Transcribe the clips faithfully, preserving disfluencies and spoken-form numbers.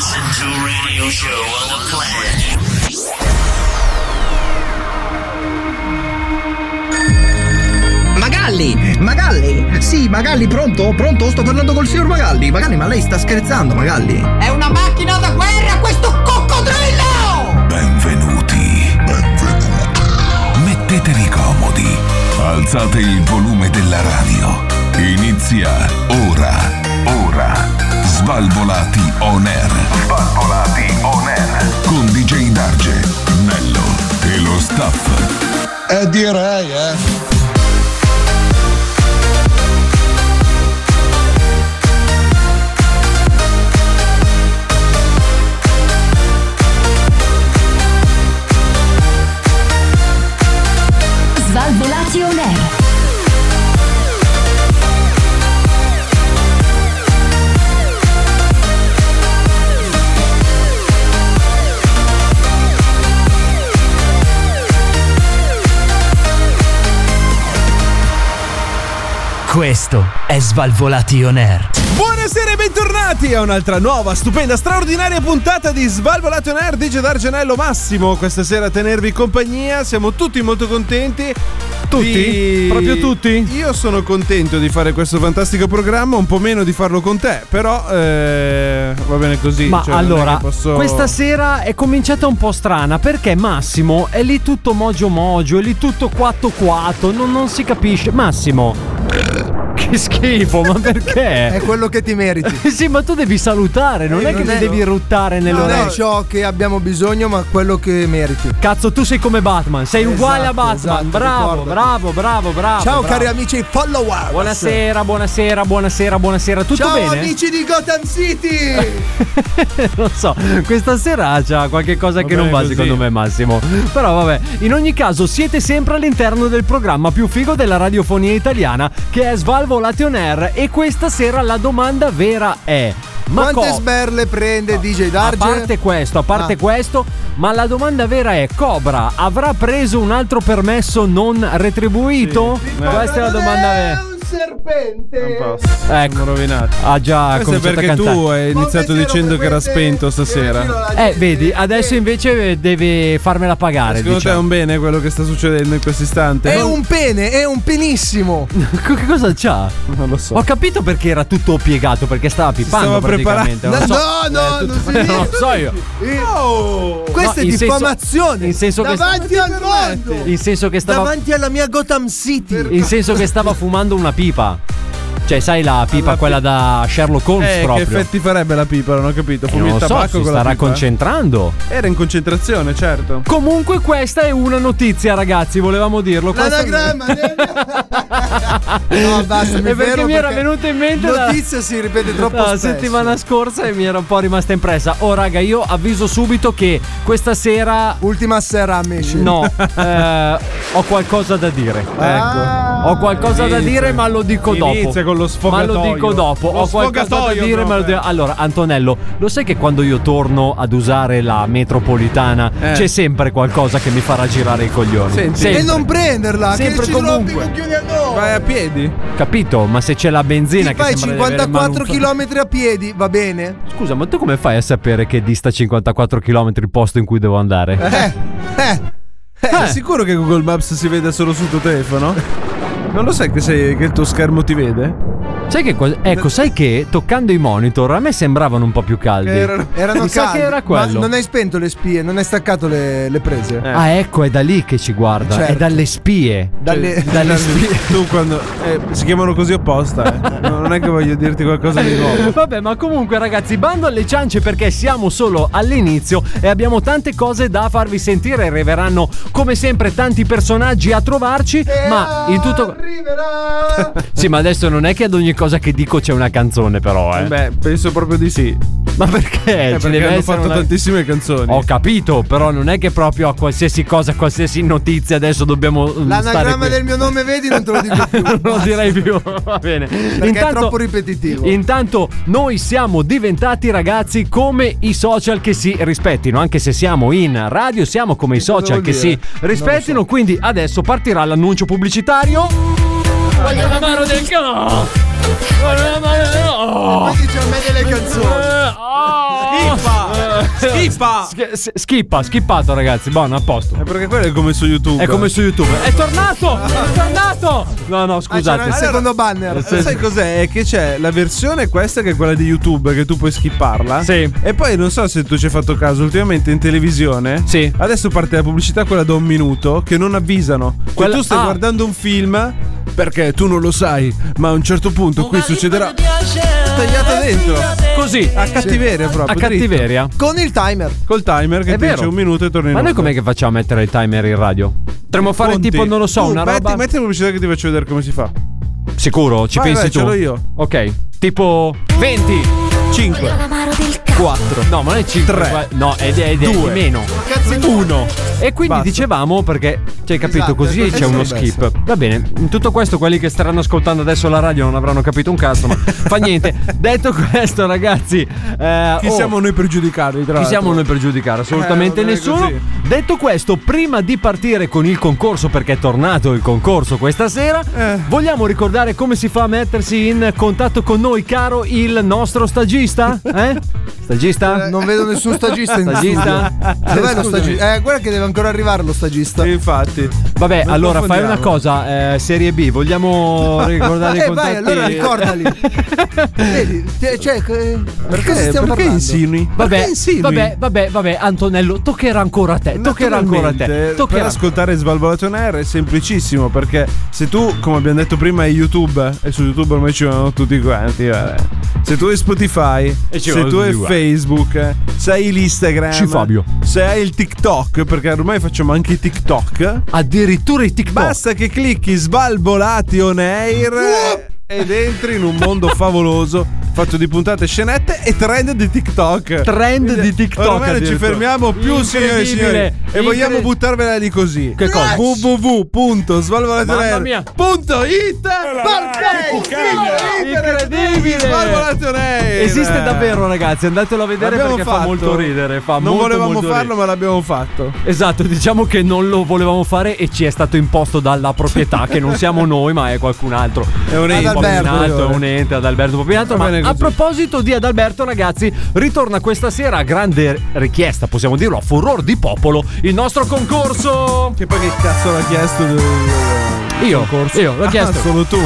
listen to radio show on the planet. Magalli, Magalli, sì, Magalli, pronto? Pronto? Sto parlando col signor Magalli. Magalli, ma lei sta scherzando, Magalli? È una macchina da guerra questo coccodrillo! Benvenuti, benvenuti. Mettetevi comodi, alzate il volume della radio. Inizia ora, ora. Svalvolati on air. Svalvolati on air. Con D J Darge, Nello e lo staff. Eh direi, eh. Svalvolati on air. Questo è Svalvolati on air. Buonasera e bentornati a un'altra nuova, stupenda, straordinaria puntata di Svalvolati on air. D J D'Argenello Massimo questa sera a tenervi compagnia. Siamo tutti molto contenti. Tutti? Di... Proprio tutti? Io sono contento di fare questo fantastico programma, un po' meno di farlo con te, però eh, va bene così. Ma cioè, allora, posso... questa sera è cominciata un po' strana perché Massimo è lì tutto mogio mogio, è lì tutto quatto quatto, non, non si capisce. Massimo, che schifo, ma perché? È quello che ti meriti. Sì, ma tu devi salutare, non Eh, è che non ti è- devi ruttare nelle Non è orecchie. ciò che abbiamo bisogno, ma quello che meriti. Cazzo, tu sei come Batman, sei uguale a Esatto, Batman. esatto, bravo, ricordati. bravo, bravo, bravo. Ciao bravo. cari amici follower. Buonasera, buonasera, buonasera, buonasera. Tutto Ciao bene? amici di Gotham City. Non so, questa sera c'ha qualche cosa Va che non bene va così. secondo me, Massimo. Però vabbè, in ogni caso siete sempre all'interno del programma più figo della radiofonia italiana, che è Svalvolati on air. E questa sera la domanda vera è: ma Quante co- sberle prende D J a Darge? parte questo, a parte Ah. questo, ma la domanda vera è: Cobra avrà preso un altro permesso non retribuito? Sì. Questa è la domanda vera. un serpente. Ecco, Sono rovinato. ha già Questo è cominciato a perché cantare. tu hai iniziato Come dicendo se che era lo spento frequente, stasera. che la Eh, gente- vedi, adesso invece deve farmela pagare. Secondo te è diciamo. un bene quello che sta succedendo in questo istante? È un pene, è un penissimo. Che cosa c'ha? Non lo so. Ho capito perché era tutto piegato, perché stava pipando stava praticamente. preparando. Non so. No, no, Eh, non si non lo dice. so io. Oh, questa No, è in senso- diffamazione. in senso che davanti al mondo. In senso che stava Davanti alla mia Gotham City. in senso che stava fumando una pipa. Cioè, sai la pipa, La quella da Sherlock Holmes Eh, proprio. che effetti farebbe la pipa? Non ho capito. Eh, Fumi non il lo so, tabacco si con la starà pipa? concentrando. Era in concentrazione, certo. Comunque questa è una notizia, ragazzi, volevamo dirlo. Questa- L'anagramma. No, basta, mi E perché fermo mi era perché venuta in mente la- notizia si ripete troppo la spesso. settimana scorsa e mi era un po' rimasta impressa. Oh raga, io avviso subito che questa sera Ultima sera, amici. no, eh, ho qualcosa da dire. Ah. Ho qualcosa da Inizia. dire, ma lo dico dopo. Inizia con lo Ma sfogatoio. lo dico dopo. Lo Ho qualcosa da sfogatoio dire, ma lo proprio. dico. Allora, Antonello, lo sai che quando io torno ad usare la metropolitana Eh. c'è sempre qualcosa che mi farà girare i coglioni. Senti. Sempre. E non prenderla, Sempre che ci rompi comunque. i coglioni a noi. Vai a piedi? Capito? Ma se c'è la benzina Ti che fai sembra di avere in mano cinquantaquattro un- chilometri a piedi, va bene? Scusa, ma tu come fai a sapere che dista cinquantaquattro chilometri il posto in cui devo andare? Eh, eh. Eh, sei sicuro che Google Maps si vede solo sul tuo telefono? Non lo sai che, sei, che il tuo schermo ti vede? Sai che cosa? Ecco, sai che toccando i monitor a me sembravano un po' più caldi. Erano- Erano Mi sa caldi. che era quello. Ma non hai spento le spie, non hai staccato le, le prese. Eh. Ah, ecco, è da lì che ci guarda. Certo. È dalle spie. Dalle, Dalle spie. Tu quando... eh, si chiamano così apposta, eh. Non è che voglio dirti qualcosa di nuovo. Vabbè, ma comunque ragazzi, bando alle ciance perché siamo solo all'inizio e abbiamo tante cose da farvi sentire. Arriveranno come sempre tanti personaggi a trovarci, ma in tutto... Arriverà. Sì, ma adesso non è che ad ogni cosa che dico c'è una canzone però, eh. Beh, penso proprio di sì. Ma perché? Eh, Ci perché deve hanno essere fatto una- tantissime canzoni. Ho capito, però non è che proprio a qualsiasi cosa, a qualsiasi notizia adesso dobbiamo mm, stare L'anagramma qui. del mio nome, vedi, non te lo dico più. Non lo direi più, va bene. Perché è troppo ripetitivo. Intanto noi siamo diventati ragazzi come i social che si rispettino, anche se siamo in radio, siamo come i cosa social vuol che dire? si rispettino, quindi adesso partirà l'annuncio pubblicitario. Voglio una mano del cazzo. Voglio una mano del... Oh. Poi dice a me delle canzoni. Eh, oh. Schippa! Sch- schippa, schippato ragazzi, buono, a posto. È perché quello è come su YouTube. È come su YouTube. È tornato! È tornato! No, no, scusate. Ah, il secondo banner. Allora, sai cos'è? È che c'è la versione questa che è quella di YouTube, che tu puoi skipparla. Sì. E poi non so se tu ci hai fatto caso, ultimamente in televisione. Sì. Adesso parte la pubblicità, quella da un minuto, che non avvisano. Che Quella- tu stai ah. guardando un film, perché tu non lo sai, ma a un certo punto qui succederà. Tagliata dentro. Così. A cattiveria proprio. A cattiveria. Con il timer. dritto. Col timer che È ti vero. dice un minuto e torni in Ma noi onda. com'è che facciamo a mettere il timer in radio? Potremmo fare Conti. tipo, non lo so, Tu una metti, roba. Metti la pubblicità che ti faccio vedere come si fa. Sicuro? Ci Vai, pensi vai, tu? ce l'ho io. Ok. Tipo venti. cinque. quattro. No, ma non è cinque. Tre. No, è, è, è, Due. di meno. uno. E quindi Basta. dicevamo, perché ci hai capito, Esatto, così questo c'è uno dovrebbe skip. Va bene, in tutto questo quelli che staranno ascoltando adesso la radio non avranno capito un cazzo, ma fa niente. Detto questo, ragazzi, eh, Chi oh, siamo noi per giudicarli? Tra chi l'altro? siamo noi per giudicare? Assolutamente Eh, non è nessuno. così. Detto questo, prima di partire con il concorso, perché è tornato il concorso questa sera, Eh. vogliamo ricordare come si fa a mettersi in contatto con noi, caro il nostro stagista? Eh? Stagista? Non vedo nessun stagista in Stagista? studio. Dov'è lo Scusami. stagista? Eh, guarda che deve ancora arrivare lo stagista. Sì, infatti. Vabbè, Non allora fai una confondiamo. cosa, eh, serie B, vogliamo ricordare i Eh, contatti? vai, allora ricordali. Vedi, cioè, cioè, che- Perché, cosa stiamo perché parlando? insinui? Vabbè, Perché insinui? vabbè, vabbè, vabbè, Antonello, toccherà ancora a te. Toccherà ancora a te. Naturalmente, Per Toccherà. ascoltare Svalvolato on Air è semplicissimo, perché se tu, come abbiamo detto prima, hai YouTube, e su YouTube ormai ci vanno tutti quanti, vabbè. Se tu hai Spotify, E ci se vanno tu hai tutti quanti. Facebook, se hai l'Instagram, Sì, Fabio. se hai il TikTok, perché ormai facciamo anche i TikTok, Addirittura i TikTok. basta che clicchi Svalvolati on Air ed entri in un mondo favoloso fatto di puntate, scenette e trend di TikTok. Trend Quindi di TikTok, ormai non ci addirittura. fermiamo più, signore e signori. Incredibile. E vogliamo Incre- buttarvela lì così. Che cosa? w w w punto svalvolati on Mamma mia. air punto it. Incredibile. Svalvolati on Air. Esiste davvero, ragazzi, andatelo a vedere L'abbiamo perché fatto. fa molto ridere. Fa Non molto, volevamo molto farlo, ridere. ma l'abbiamo fatto. Esatto, diciamo che non lo volevamo fare e ci è stato imposto dalla proprietà, che non siamo noi, ma è qualcun altro. È un ente. Popinato, è un ente, Adalberto Popinato. Va Ma bene a così. proposito di Adalberto, ragazzi, ritorna questa sera a grande richiesta, possiamo dirlo, a furor di popolo, il nostro concorso. Che poi che cazzo l'ha chiesto? del- del Io, concorso? io l'ho Ah, chiesto. solo tu.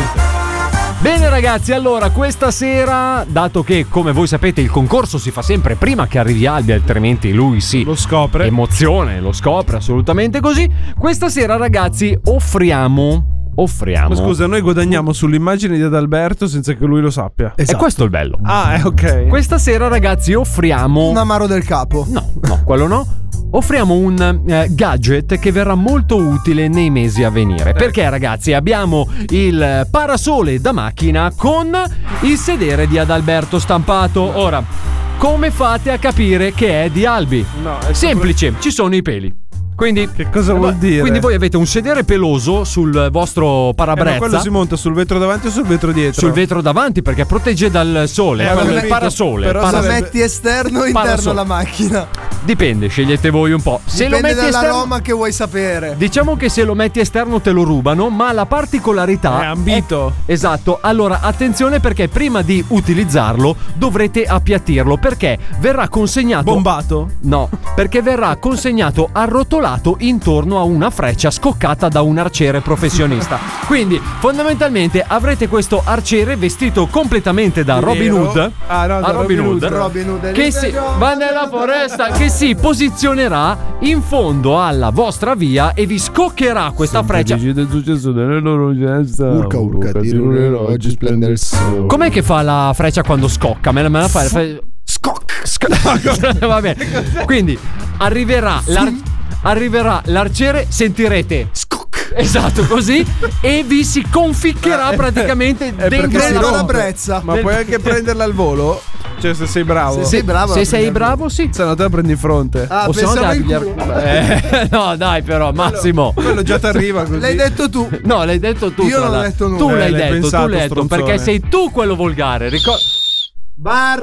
Bene ragazzi, allora questa sera, dato che come voi sapete il concorso si fa sempre prima che arrivi Albi, altrimenti lui si Lo scopre. emozione, lo scopre assolutamente così, questa sera ragazzi offriamo offriamo Ma scusa, noi guadagniamo sull'immagine di Adalberto senza che lui lo sappia. e questo è il bello. Ah, è ok. Questa sera ragazzi offriamo Un amaro del capo. no, no, quello no. Offriamo un eh, gadget che verrà molto utile nei mesi a venire. Perché ragazzi abbiamo il parasole da macchina con il sedere di Adalberto stampato. Ora, come fate a capire che è di Albi? No, è Semplice, ci sono i peli. Quindi, Che cosa vuol eh, dire? Quindi voi avete un sedere peloso sul vostro Eh, ma parabrezza. quello si monta sul vetro davanti o sul vetro dietro? Sul vetro davanti perché protegge dal sole. Eh, quello ho è il capito, parasole. però Para- Lo sarebbe- metti esterno o interno Parasole. la macchina? Dipende, scegliete voi un po'. Se Dipende lo metti esterno, dall'aroma che vuoi sapere. diciamo che se lo metti esterno te lo rubano, ma la particolarità È ambito. è- esatto. Allora, attenzione perché prima di utilizzarlo dovrete appiattirlo perché verrà consegnato Bombato? No, perché verrà consegnato arrotolato intorno a una freccia scoccata da un arciere professionista. Quindi, fondamentalmente avrete questo arciere vestito completamente da Di Robin nero. Hood, Ah, no, a da Robin Robin Hood, Hood. Robin Hood è che lì, si no? va nella foresta, che si posizionerà in fondo alla vostra via e vi scoccherà questa freccia. È successo nelle loro gesta. Urca, urca, tiro oggi splende il sole. Com'è che fa la freccia quando scocca? Me la, me la fai? Fa- Scoc. Sc- Va bene. Quindi arriverà, l'ar- arriverà l'arciere, sentirete Scoc. esatto così e vi si conficcherà praticamente perché dentro si Dentro rompe. la brezza. Ma puoi anche prenderla al volo? Cioè, se sei bravo. Se sei bravo. Se la sei prendi. bravo, sì. Se no te la prendi in fronte. Ah, O se no pensavo dai, in gli- culo. Eh, no, dai, però, Massimo. Quello già ti arriva così. L'hai detto tu. No, l'hai detto tu. Io tra non ho l'altro. detto nulla. Tu Eh, l'hai l'hai detto, pensato, tu l'hai detto stronzone. perché sei tu quello volgare. Ricor- Bar.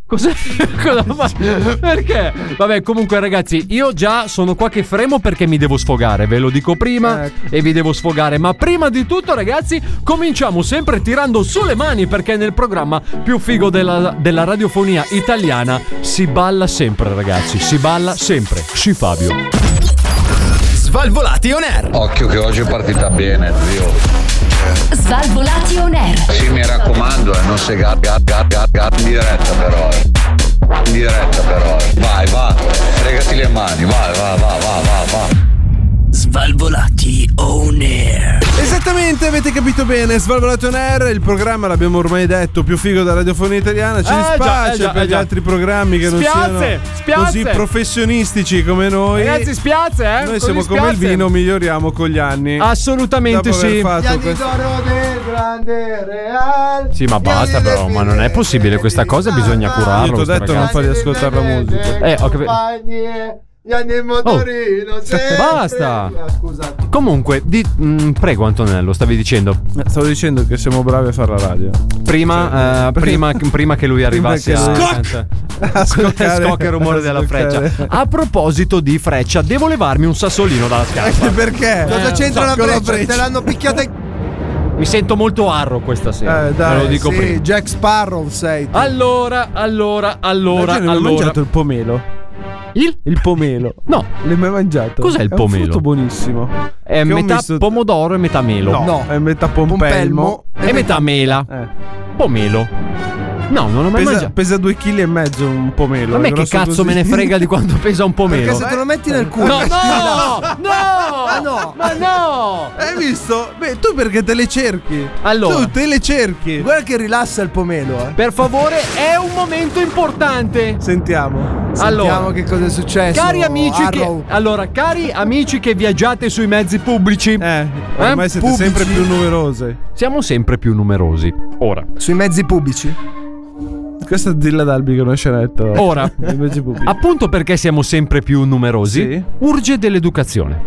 Cos'è? Cosa fa? Perché? Vabbè, comunque ragazzi, io già sono qua che fremo perché mi devo sfogare, ve lo dico prima Ecco. e vi devo sfogare. Ma prima di tutto ragazzi, cominciamo sempre tirando su le mani, perché nel programma più figo della, della radiofonia italiana si balla sempre ragazzi, si balla sempre. Sì Fabio. Svalvolati on air. Occhio che oggi è partita bene, zio. Svalvolati on air. Sì, mi raccomando, eh, non sei gat, gat, gat, gat, gat, in diretta però. eh. In diretta però. eh. Vai, va, fregati le mani, vai, va, va, va, va, va. Svalvolati on air. Esattamente, avete capito bene. Svalvolati on air, il programma l'abbiamo ormai detto più figo della radiofonia italiana. Ci Eh, dispiace già, eh, già, per eh, gli già. altri programmi che Spiazze, non siano spiazze. così professionistici come noi. Ragazzi, spiazze, eh? Noi Così siamo come il spiazze. vino, miglioriamo con gli anni. Assolutamente Dopo aver sì. fatto Gli anni questo- d'oro del grande Real. Sì, ma basta però, ma non è possibile questa cosa, bisogna curarlo. Io ti ho detto non ragazzi. fargli ascoltare la musica. Eh, ho capito. Gli anni in motorino. sempre. Basta. Ah, Scusate. Comunque, di, mh, prego Antonello, stavi dicendo. Eh, Stavo dicendo che siamo bravi a fare la radio. Prima, eh, prima, prima che lui arrivasse che a, lui- senza- A scoccare. Scocca il rumore della a scoccare. freccia. A proposito di freccia, devo levarmi un sassolino dalla scarpa. Perché? Cosa c'entra so, la con la freccia? freccia. Te l'hanno picchiata in... Mi sento molto arro questa sera. Eh, dai, Ve lo dico sì, prima. Jack Sparrow sei tu. Allora, allora, allora, Oggi non hai allora. mangiato il pomelo? Il? Il pomelo? No, L'hai mai mangiato? Cos'è il È pomelo? un frutto buonissimo. è Che ho metà visto- pomodoro e metà melo. No, No. è metà pompelmo. E metà mela. Eh. Pomelo. No, non l'ho mai Pesa, mangiato. pesa due chili e mezzo un pomelo. A me è che grosso cazzo così. me ne frega di quanto pesa un pomelo? Perché se te lo metti nel culo. No, no, no, Ah, no. ma no. Hai visto? Beh, tu perché te le cerchi? Allora. Tu te le cerchi. Guarda che rilassa il pomelo, eh. Per favore, è un momento importante. Sentiamo. Allora, Sentiamo che cosa è successo. cari amici Arrow. che allora, cari amici che viaggiate sui mezzi pubblici, Eh, ormai siete Pubblici. sempre più numerose. siamo sempre più numerosi. Ora, Sui mezzi pubblici. Questa dilla ad Albi che è una scenetta. ora, Invece pubblici. appunto perché siamo sempre più numerosi, Sì. urge dell'educazione.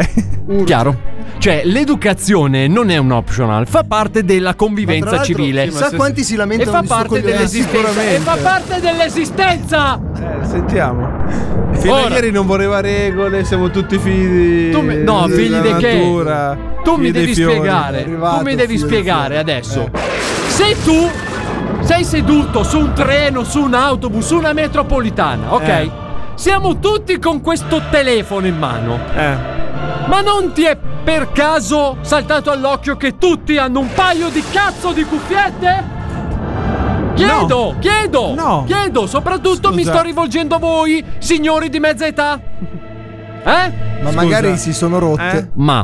Ok. Chiaro? Cioè, l'educazione non è un optional, fa parte della Ma convivenza tra l'altro, civile. Chissà se- quanti si E lamentano fa di sto parte coglione. dell'esistenza. E sicuramente. fa parte dell'esistenza. Eh, sentiamo. Fino a Ora. ieri non voleva regole, siamo tutti figli. Tu mi- no, della figli di che? natura, Tu mi figli dei devi fiori. spiegare. È arrivato Tu mi devi il figlio spiegare di fiori. adesso. Se tu sei seduto su un treno, su un autobus, su una metropolitana, ok? Eh. Siamo tutti con questo telefono in mano. Eh. Ma non ti è per caso saltato all'occhio che tutti hanno un paio di cazzo di cuffiette? Chiedo, No. chiedo, No. chiedo, soprattutto mi Scusa. sto rivolgendo a voi, signori di mezza età. Eh? Ma Scusa. magari si sono rotte. Eh? Ma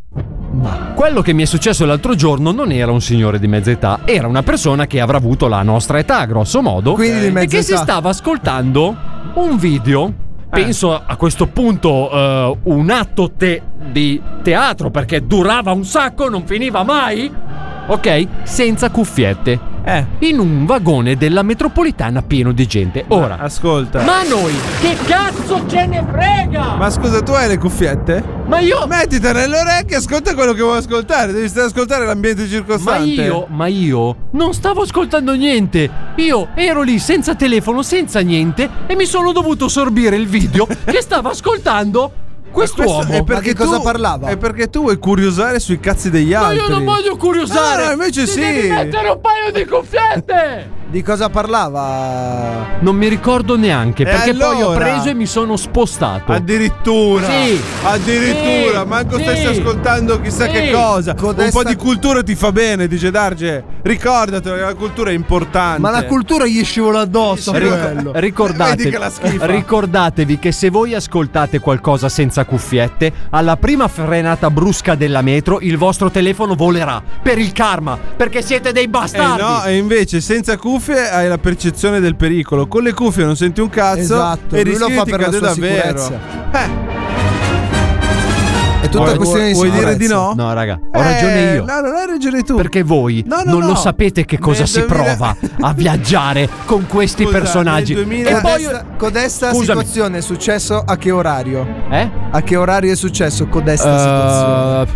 quello che mi è successo l'altro giorno non era un signore di mezza età, era una persona che avrà avuto la nostra età, grosso modo, Quindi di e mezza che si età. stava ascoltando un video. Penso a questo punto eh, un atto te- di teatro, perché durava un sacco, non finiva mai. Ok? Senza cuffiette. Eh. In un vagone della metropolitana pieno di gente. Ora, Ascolta. ma a noi che cazzo ce ne frega? Ma scusa, tu hai le cuffiette? Ma io Mettitele nelle orecchie e ascolta quello che vuoi ascoltare. Devi stare ad ascoltare l'ambiente Ma circostante. io, ma io non stavo ascoltando niente. Io ero lì senza telefono, senza niente, e mi sono dovuto sorbire il video che stava ascoltando quest'uomo. Questo è perché Ma di cosa tu- parlava? È perché tu vuoi curiosare sui cazzi degli Ma altri. io non voglio curiosare. No, no, invece Ti sì. devi mettere un paio di cuffiette. Di cosa parlava? Non mi ricordo neanche, E perché poi ho allora? preso e mi sono spostato. Addirittura. Sì. Addirittura. Sì. Manco Sì. stai ascoltando chissà Sì. che cosa. Codesta- Un po' di cultura ti fa bene, dice Darge. Ricordatelo che la cultura è importante. Ma la cultura gli scivola addosso a Ric- quello. Ricordate- Vedi che la schifa. ricordatevi che se voi ascoltate qualcosa senza cuffiette, alla prima frenata brusca della metro il vostro telefono volerà per il karma, perché siete dei Eh bastardi. no, e invece senza cuffie hai la percezione del pericolo. Con le cuffie non senti un cazzo. Esatto, E lui lo rischi fa di per la cadere sua davvero. sicurezza. Eh. È tutta Vuoi- questione di vuoi sicurezza. dire di no? No, raga, ho Eh, ragione io. No, non hai ragione tu. Perché voi No, no, non no. lo sapete che cosa Nel si duemila prova a viaggiare con questi Scusa, personaggi. nel duemila E poi Codesta, codesta Scusami. situazione è successo a che orario? eh? A che orario è successo codesta situazione? Uh,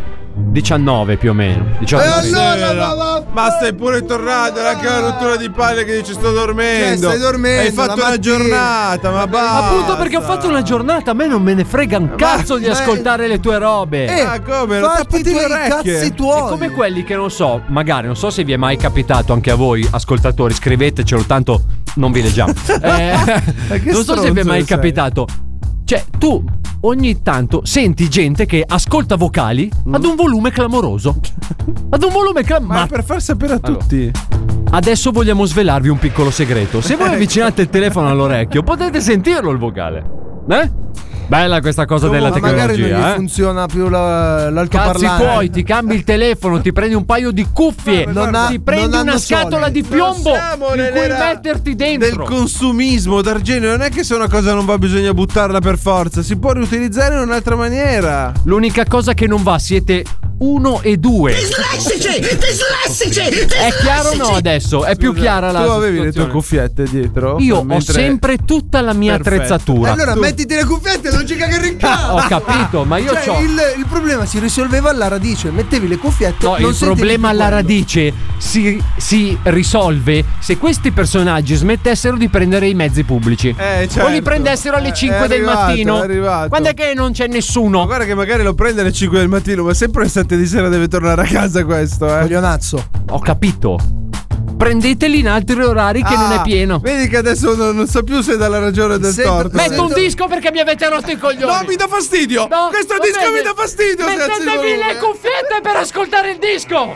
diciannove più o meno. diciotto. E allora, ma, ma, Ma stai pure tornando, anche la rottura di palle che dice sto dormendo. Cioè, stai dormendo, Hai fatto la una mattina. giornata, ma basta. Appunto perché ho fatto una giornata, a me non me ne frega un cazzo di ma- ascoltare le tue robe. Eh, Ah, come? Non fatti tappati i tuoi le orecchie. cazzi È tuoi. come quelli che non so, magari non so se vi è mai capitato anche a voi, ascoltatori, scrivetecelo, tanto non vi leggiamo. Eh, che non so se vi è stronzo mai che sei. capitato. Cioè, tu ogni tanto senti gente che ascolta vocali ad un volume clamoroso. Ad un volume Ma clamoroso. è per far sapere a tutti. Adesso vogliamo svelarvi un piccolo segreto. Se voi avvicinate il telefono all'orecchio, potete sentirlo il vocale. Eh? Bella questa cosa della Ma magari non gli tecnologia, eh? funziona più la, Cazzi l'altoparlante. tuoi, ti cambi il telefono, ti prendi un paio di cuffie, Non ha- ti prendi non una hanno scatola soldi. di piombo Non siamo in cui nell'era metterti Del dentro. consumismo, D'Argenio. Non è che se una cosa non va bisogna buttarla per forza. Si può riutilizzare in un'altra maniera. L'unica cosa che non va, siete uno e due. Dislessici! Dislessici! È chiaro o no adesso? È più chiara la Tu avevi le tue situazione. cuffiette dietro? Io ho Mentre- sempre tutta la mia Perfetto. attrezzatura. Allora Tu- mettiti le cuffiette, non ci cagare in casa. Ho capito, ma io Cioè, c'ho. il, il problema si risolveva alla radice. Mettevi le cuffiette. No, non il sentivi problema più alla quello. radice si, si risolve se questi personaggi smettessero di prendere i mezzi pubblici. Eh, certo. O li prendessero alle Eh, cinque è del arrivato, mattino. è arrivato. Quando è che non c'è Ma nessuno? guarda che magari lo prende alle cinque del mattino, ma sempre alle sette di sera deve tornare a casa questo, eh. Coglionazzo. Ho capito. Prendeteli in altri orari che non è Ah, pieno. Vedi che adesso non, non so più se dà la ragione del Sento- torto. Metto un Sento- disco perché mi avete rotto i coglioni. No, mi dà fastidio! No, Questo va disco bene. mi dà fastidio! se alzi il Mettetevi volume. le cuffiette per ascoltare il disco.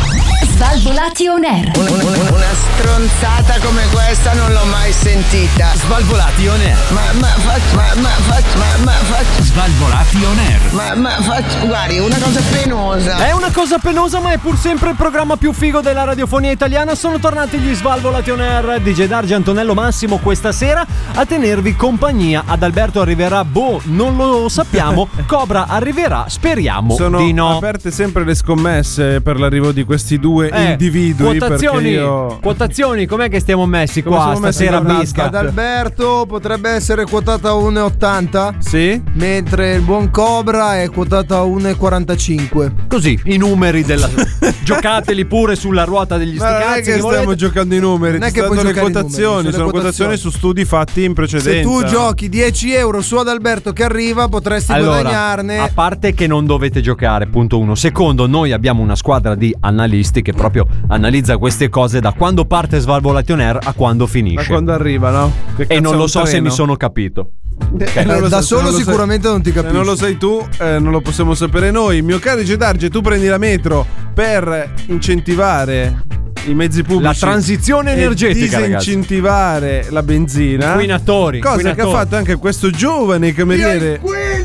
Svalvolati on air. Una stronzata come questa non l'ho mai sentita. Svalvolati on air. Ma, ma, faccio, ma, ma, faccio, ma, ma, faccio, Svalvolati on air. ma, ma, faccio, guardi, una cosa penosa. È una cosa penosa, ma è pur sempre il programma più figo della radiofonia italiana. Sono tornati gli Svalvolati on air. D J Dargi, Antonello Massimo questa sera a tenervi compagnia. Ad Alberto arriverà, boh, non lo sappiamo. Cobra arriverà, speriamo Sono di no. aperte sempre le scommesse per l'arrivo di questi due Eh, individui. quotazioni, perché io... quotazioni, com'è che stiamo messi Come qua siamo messi stasera, con Bisca? Ad Alberto potrebbe essere quotata a uno e ottanta, Sì? mentre il buon Cobra è quotata a uno e quarantacinque. Così, i numeri della. Giocateli pure sulla ruota degli sti Ma non è cazzi che che stiamo volete. giocando i numeri, Non è ti che sto puoi dando le giocare i quotazioni, numeri, sono sono le quotazioni quotazioni. su studi fatti in Se precedenza. tu giochi dieci euro su Adalberto che arriva, potresti Allora, guadagnarne. a parte che non dovete giocare, punto uno. Secondo, noi abbiamo una squadra di analisti che proprio analizza queste cose da quando parte Svalvolati on air a quando Ma finisce. quando arriva, no? Che E cazzo non è lo un so se treno? mi sono capito. Eh, non lo da so, se solo non lo sai- sicuramente non ti Se capisci. non lo sai tu, eh, non lo possiamo sapere noi. Mio caro Gedarge, tu prendi la metro per incentivare i mezzi pubblici. La transizione e energetica, ragazzi. disincentivare la benzina. Inquinatori. Cosa che ha inquinatori. fatto anche questo giovane cameriere.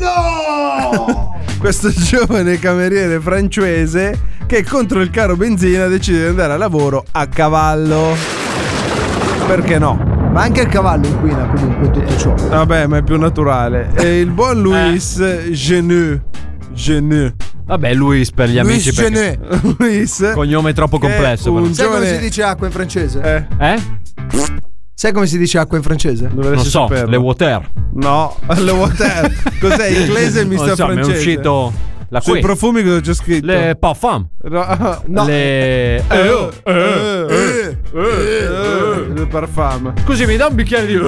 Questo giovane cameriere francese che contro il caro benzina decide di andare a lavoro a cavallo. Perché no? Ma anche il cavallo inquina comunque tutto ciò. Vabbè, ma è più naturale. E il buon Louis Geneux. Geneux. Vabbè, Luis per gli Luis amici. perché- Genet. Louis. Cognome troppo Che è complesso. un però. Sai come giovane- si dice acqua in francese? Eh, Eh? Sai come si dice acqua in francese? dovresti Non so, saperlo. le water. No, le water. Cos'è? Inglese e misto Non so, mi è francese. uscito la Sui qui. profumi cosa c'è scritto? Le parfum. No. No. Le. Eh, Eh, oh. eh, eh, eh, eh, le parfum. Scusi, mi dà un bicchiere di.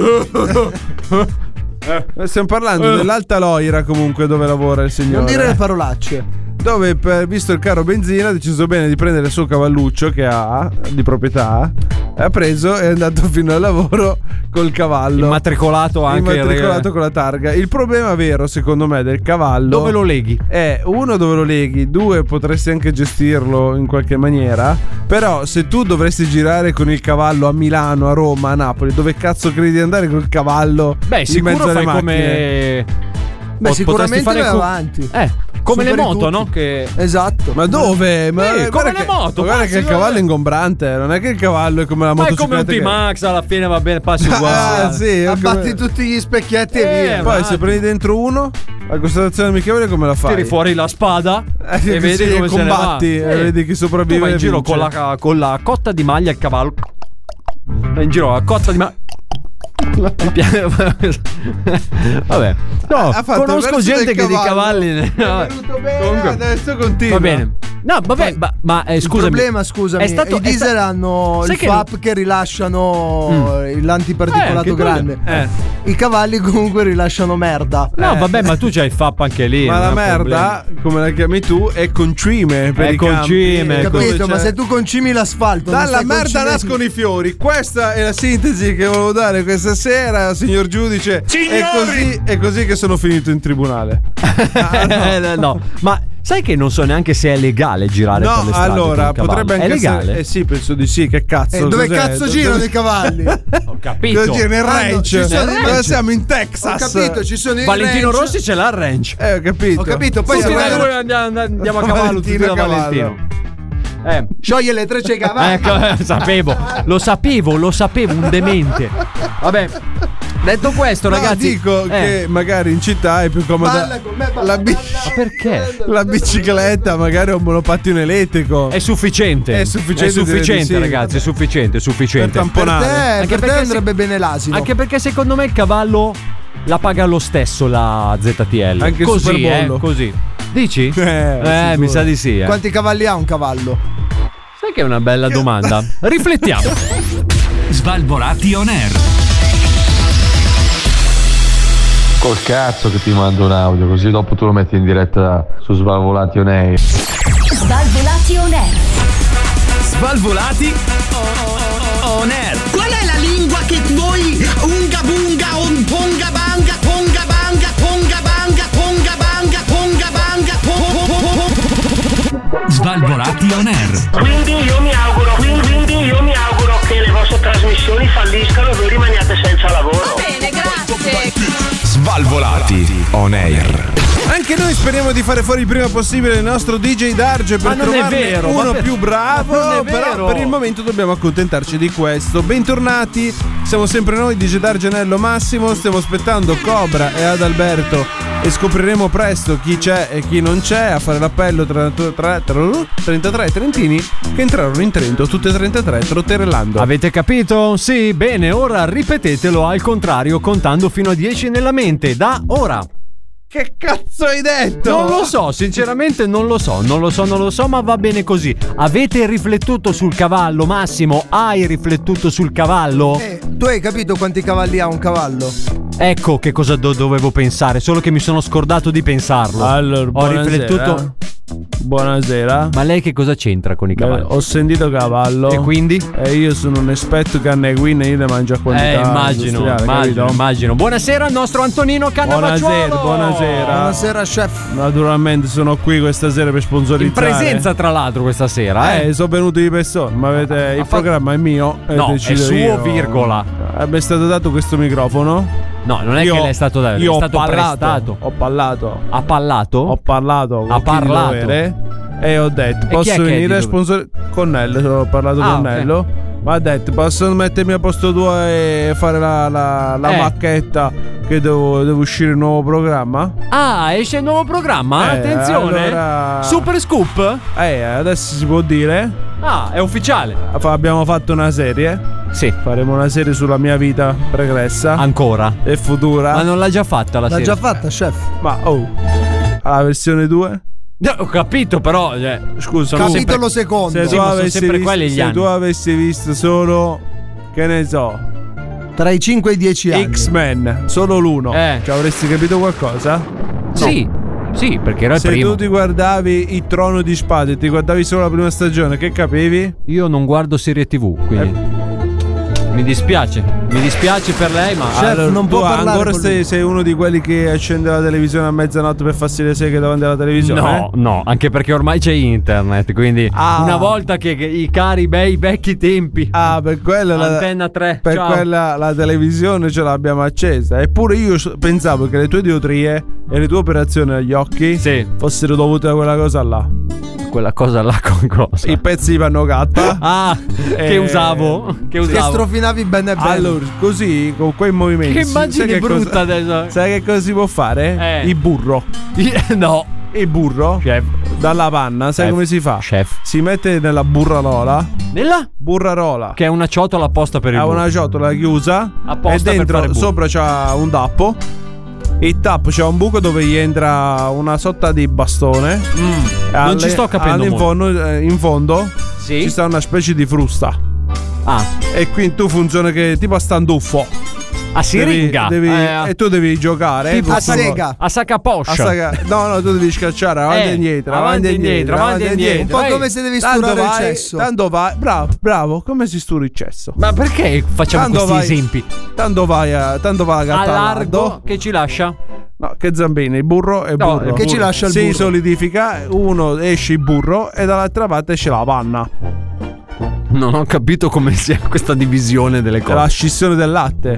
Eh, Stiamo parlando Eh. dell'Alta Loira comunque dove lavora il signore. Non dire le parolacce. Dove per, visto il caro benzina ha deciso bene di prendere il suo cavalluccio che ha di proprietà. Ha preso e è andato fino al lavoro col cavallo. Immatricolato anche. Immatricolato con la targa. Il problema vero secondo me del cavallo Dove lo leghi? è uno dove lo leghi, due potresti anche gestirlo in qualche maniera. Però se tu dovresti girare con il cavallo a Milano, a Roma, a Napoli, dove cazzo credi di andare col cavallo? Beh, in sicuro mezzo alle fai macchine? come. Beh, Pot- sicuramente potresti vai co- avanti. Eh, come le Superi moto, tutti. no? Che. Esatto. Ma dove? Ma Sì, guarda come le che- moto, Guarda passi, che il guarda. cavallo è ingombrante. Non è che il cavallo è come la Ma è motocicletta. come un che- T-Max, alla fine va bene, passi uguale. Ah, sì, è come- Abbatti tutti gli specchietti Eh, e via. Poi ma- se prendi dentro uno, la constatazione amichevole come la fai? Tiri fuori la spada Eh, e sì, vedi sì, come e se ne va. combatti, e vedi chi sopravvive Tu vai in e giro vince. con la, con la cotta di maglia al cavallo. Vai in giro con la cotta di maglia. Vabbè, no, conosco gente che di cavalli. No. Comunque, adesso continua. Va bene. No, vabbè, Poi, ma, ma eh, scusami. Il problema, scusami, è stato, i diesel è sta- hanno Sai il che F A P non- che rilasciano Mm. l'antiparticolato Eh, anche grande. quello. Eh. I cavalli comunque rilasciano merda. No, Eh. vabbè, ma tu c'hai il F A P anche lì. Ma non la è un merda, come la chiami tu, è concime per È i concime, campi, Capito? dove Ma c'è- se tu concimi l'asfalto, non Dalla stai merda concimendo- nascono i fiori. Questa è la sintesi che volevo dare questa sera, signor giudice. È così, è così che sono finito in tribunale. Eh, no. no, ma sai che non so neanche se è legale girare per No, le strade con allora un cavallo. potrebbe anche è legale. essere. Eh sì, penso di sì. Che cazzo? Eh, dove cos'è? cazzo girano i cavalli? Ho capito. Dove girano? Nel Ah, no, ranch. ci sono i Dove ranch. siamo in Ho Texas. capito, ci sono i Valentino ranch. Rossi ce l'ha al ranch. Eh, ho capito. Ho capito, poi Tutti si noi va- due andiamo, andiamo a cavallo tutti Valentino da a cavallo. Valentino. Eh. Scioglie le trecce ai cavalli. Ecco, eh, sapevo, lo sapevo, lo sapevo, un demente. Vabbè, detto questo, No, ragazzi, dico eh, che magari in città è più comoda Balla con me, balla, la, bi- ma perché? la bicicletta, magari un monopattino elettrico. È sufficiente, È sufficiente, è sufficiente, direi di sì. ragazzi, è sufficiente, è Per sufficiente. Per tamponare. te, Anche per te perché andrebbe se- bene l'asino. Anche perché secondo me il cavallo la paga lo stesso la Z T L. Anche il così, superbollo. eh, così. Dici? Eh, Eh, sicuro. mi sa di sì. Eh. Quanti cavalli ha un cavallo? Sai che è una bella domanda? Riflettiamo. Svalvolati on air. Col cazzo che ti mando un audio, così dopo tu lo metti in diretta su Svalvolati on air. Svalvolati on air. Svalvolati on air. Qual è la lingua che voi unga bunga on ponga banga ponga banga ponga banga ponga banga ponga banga po- po- po- po- Svalvolati on air. Quindi io mi auguro, quindi quindi io mi auguro che le vostre trasmissioni falliscano e voi rimaniate senza lavoro. Bene, grazie. Svalvolati on air. Anche noi speriamo di fare fuori il prima possibile il nostro D J Darge per Ma non è trovarne vero, uno ma per- più bravo. ma non è Però vero. per il momento dobbiamo accontentarci di questo. Bentornati, siamo sempre noi, D J Darge Nello Massimo. Stiamo aspettando Cobra e Adalberto e scopriremo presto chi c'è e chi non c'è a fare l'appello tra, tra, tra trentatré trentini che entrarono in Trento, tutte e trentatré trotterellando. Avete capito? Sì, bene, ora ripetetelo al contrario contando fino a dieci nella mente. Da ora. Che cazzo hai detto? Non lo so, sinceramente non lo so, non lo so, non lo so, ma va bene così. Avete riflettuto sul cavallo, Massimo? Hai riflettuto sul cavallo? Eh, tu hai capito quanti cavalli ha un cavallo? Ecco che cosa do- dovevo pensare, solo che mi sono scordato di pensarlo. Allora, Ho buonasera. riflettuto. Buonasera. Ma lei che cosa c'entra con i cavalli? Eh, ho sentito cavallo. E quindi? E io sono un esperto canna e guine, io le mangio a quantità Eh, immagino, industriale, immagino, capito? immagino. Buonasera al nostro Antonino Cannavacciuolo. Buonasera, buonasera. Buonasera, chef. Naturalmente sono qui questa sera per In sponsorizzare. presenza, tra l'altro, questa sera, eh? Eh, sono venuto di persona, ma avete il fa- programma è mio. e No, è decido suo, io. virgola. Eh, mi è stato dato questo microfono. No, non è Io- che le è stato dato, Io è ho stato parlato, prestato. ho parlato. Ha pallato? Ho parlato con Ha chi di parlato. dovere e ho detto E chi è posso che è venire a di dove- sponsor con Nello, ho parlato Ah, con ok. Nello. Ma ha detto posso mettermi a posto tuo e fare la, la, la Eh. macchetta che devo, devo uscire il nuovo programma? Ah, esce il nuovo programma? Eh, Attenzione. allora- Super Scoop? Eh, adesso si può dire. Ah, è ufficiale. Fa- Abbiamo fatto una serie. Sì. Faremo una serie sulla mia vita pregressa Ancora. e futura. Ma non l'ha già fatta la L'ha serie? già fatta, chef. Ma oh, alla versione due? No, ho capito, però. Cioè, Scusa, sono tu- Capitolo se secondo. tu Sì, ma sono avessi sempre visto, quelli gli se anni. tu avessi visto solo, che ne so, Tra i cinque e i dieci anni. X-Men, solo l'uno, Eh. cioè avresti capito qualcosa? Sì, sì, perché era il Se primo. tu ti guardavi il Trono di Spade e ti guardavi solo la prima stagione, che capivi? Io non guardo serie tivù, quindi. Mi dispiace, mi dispiace per lei, ma. Chef, non tu può parlare ancora con sei, lui. sei uno di quelli che accende la televisione a mezzanotte per farsi le seghe davanti alla televisione? No, eh? no, anche perché ormai c'è internet, quindi Ah. una volta che, che i cari bei vecchi tempi. Ah, per quella la, Antenna tre. per ciao. quella la televisione ce l'abbiamo accesa. Eppure io so- pensavo che le tue diotrie e le tue operazioni agli occhi Sì. fossero dovute a quella cosa là. Quella cosa là con cosa? I pezzi di panno gatta. Ah, Eh, che usavo? Che Che usavo? strofinavi bene bene. Allora, così, con quei movimenti. Che sai immagine che brutta cosa- adesso. Sai che cosa si può fare? Eh. Il burro. No. il burro Chef. dalla panna, sai Chef. come si fa? Chef. Si mette nella burrarola. Nella? Burrarola. Che è una ciotola apposta per il Ha burro. una ciotola chiusa Apposta e per dentro fare burro. sopra c'ha un tappo. Il tappo c'ha un buco dove gli entra una sorta di bastone. Mm, non ci sto capendo in fondo, eh, in fondo Sì? ci sta una specie di frusta. Ah. E quindi tu funziona che tipo a standuffo. A siringa. Devi, devi- Eh, e tu devi giocare. tipo eh, a tu- sega. A sacca a poscia. saga- No, no, tu devi scacciare avanti Eh, e indietro, avanti avanti e e indietro, indietro, avanti e indietro. Un po' Vai. come se devi Tanto sturare il vai, cesso. tanto vai, bravo, bravo, come si stura il cesso? Ma perché facciamo Tanto questi vai- esempi? Tanto vai a, tanto va la A gatta al largo lardo. che ci lascia? No, che zampini, il burro e No, burro. che ci lascia il si burro? solidifica, uno esce il burro e dall'altra parte esce la panna. Non ho capito come sia questa divisione delle È la cose. scissione del latte.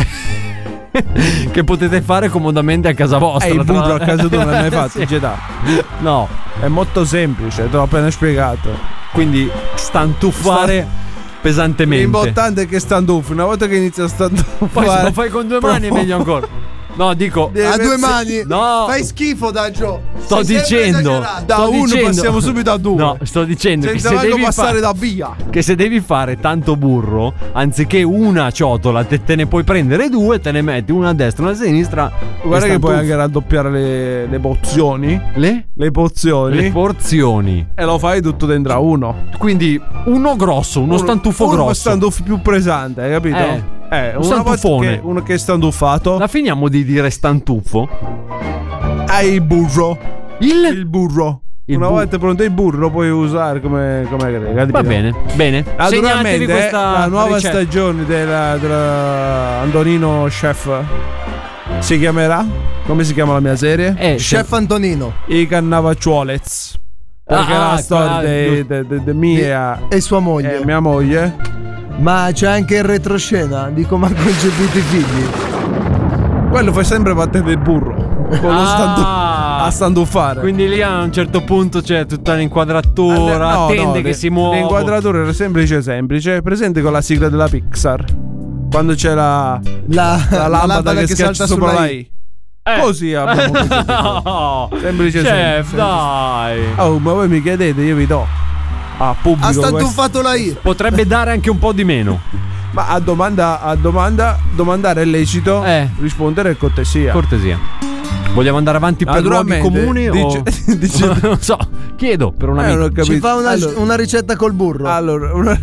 Che potete fare comodamente a casa vostra. E il tra burro a l'altro. casa tua non l'hai mai fatto, Sì. Gedà? No, È molto semplice, te l'ho appena spiegato. quindi stantuffare pesantemente. L'importante è che standuffi. Una volta che inizia a standuffare, Poi se lo fai con due mani è meglio ancora. No, dico. Deve A due essere- mani? No. Fai schifo, Daggio. Sto Sei sempre dicendo. esagerato. Da sto uno dicendo- passiamo subito a due. No, sto dicendo che senza se manco devi passare fa- da via. Che se devi fare tanto burro, anziché una ciotola, te, te ne puoi prendere due, te ne metti una a destra e una a sinistra. Guarda e che puoi stantuffi. anche raddoppiare le, le pozioni. Le? Le pozioni. Le porzioni. e lo fai tutto dentro a uno. Quindi uno grosso, uno, stantufo uno grosso. standuffo più pesante, hai capito? Eh. Eh, Un una volta stantuffone. che uno che è standuffato. La finiamo di dire stantuffo. Hai il burro. Il? Il burro. Il una bu- volta pronto il burro lo puoi usare come, come credi, capito? Va bene, bene. Segnatevi Naturalmente questa la nuova ricetta. stagione della, della Antonino Chef si chiamerà? Come si chiama la mia serie? Eh, Chef Antonino I Cannavacciuolez. Perché Ah, la storia qua- de, de, de- de mia e sua moglie. e mia moglie. Ma c'è anche il retroscena di come ha concepito i figli. Quello fai sempre battere del burro. Con lo Ah. standu- a standuffare. Quindi lì a un certo punto c'è tutta l'inquadratura, No, tende no, che le- si muovono. L'inquadratura era semplice semplice. È presente con la sigla della Pixar. Quando c'è la, La, la lampada che, che schiaccia salta sopra sulla la I. I. Così abbiamo No. semplice Chef, semplice. dai. Oh, ma voi mi chiedete, io vi do. A pubblico Ha questo. stantuffato la I. Potrebbe dare anche un po' di meno. Ma a domanda, a domanda, domandare è lecito, Eh. rispondere è cortesia. Cortesia. Vogliamo andare avanti per luoghi Naturalmente, comuni dice- o dice- non so, chiedo per un Eh, non amico. ho capito. Ci fa una, Allora- una ricetta col burro. Allora, una-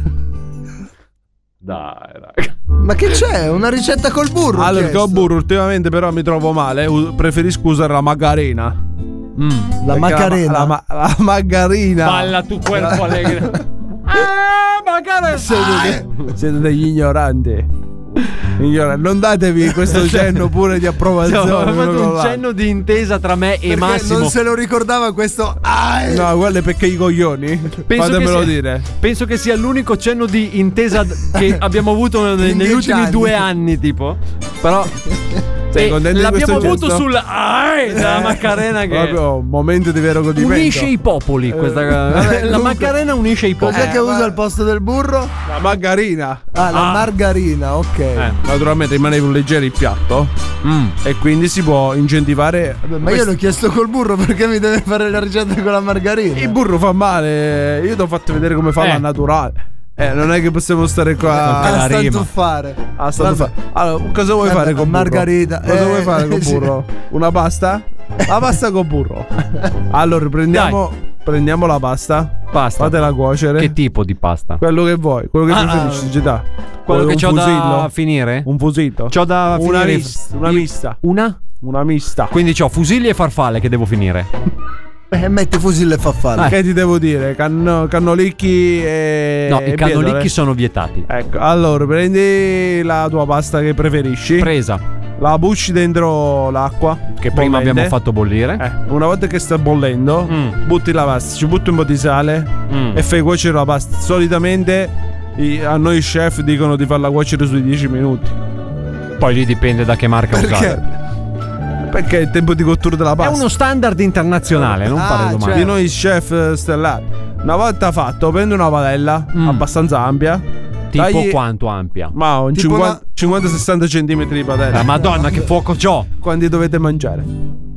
Dai, raga. Ma che c'è? Una ricetta col burro? ho allora chiesto. con burro ultimamente però mi trovo male, u- preferisco usare la margarina. Mm. La Perché Macarena. La, ma- la margarina. Balla tu cuerpo allegro. Ah, magari Siete, siete degli ignoranti. Ignora- non datevi questo cenno pure di approvazione. Ho uno fatto con un l'altro. cenno di intesa tra me e Perché Massimo. non se lo ricordava questo. Ah, eh. No, quello è perché i coglioni. Penso Fatemelo che sia- dire. Penso che sia l'unico cenno di intesa d- che abbiamo avuto ne- In negli dieci ultimi anni. due anni, tipo. Però Sei e contento di l'abbiamo questo avuto gesto? sul ai della Macarena che Proprio un momento di vero godimento. unisce i popoli. Questa vabbè, la comunque- Macarena unisce i popoli. Cos'è che Eh, usa ma- al posto del burro? La margarina. Ah, la Ah. margarina, ok. Eh. Naturalmente rimane più leggero il piatto. Mm. E quindi si può incentivare. Vabbè, ma io l'ho chiesto col burro perché mi deve fare la ricetta con la margarina. Il burro fa male. Io ti ho fatto vedere come fa Eh. la naturale. Eh, non è che possiamo stare qua Tocca la a rima. stantuffare. a stantuffare. Allora, cosa vuoi Vabbè, fare con burro? margarita. Cosa Eh, vuoi fare con sì. burro? Una pasta? La pasta con burro. Allora, prendiamo, prendiamo la pasta. Pasta. Fatela cuocere. Che tipo di pasta? Quello che vuoi, quello che Ah, preferisci, ci dà. Quello Vuoi che un c'ho da fusillo? finire? Un fusillo. C'ho da Una finire. mista. Una mista. Una? Una mista. Quindi c'ho fusilli e farfalle che devo finire. Eh, metti fusillo e farfalle. Che ti devo dire? Canno- cannolicchi e. No, e i cannolicchi bietole? sono vietati. Ecco, allora prendi la tua pasta che preferisci. Presa. La bucci dentro l'acqua. Che prima bollente. abbiamo fatto bollire. Eh, una volta che sta bollendo, Mm. butti la pasta, ci butti un po' di sale Mm. e fai cuocere la pasta. Solitamente i- a noi chef dicono di farla cuocere sui dieci minuti. Poi lì dipende da che marca Perché? usate. Perché è il tempo di cottura della È pasta. uno standard internazionale, non Ah, fare cioè- domande. Di noi chef stellari. Una volta fatto, prendi una padella Mm. abbastanza ampia. Tipo tagli- quanto ampia? Ma un Tipo cinquanta una- cinquanta sessanta centimetri di padella. La Madonna, che fuoco c'ho! Quanti dovete mangiare?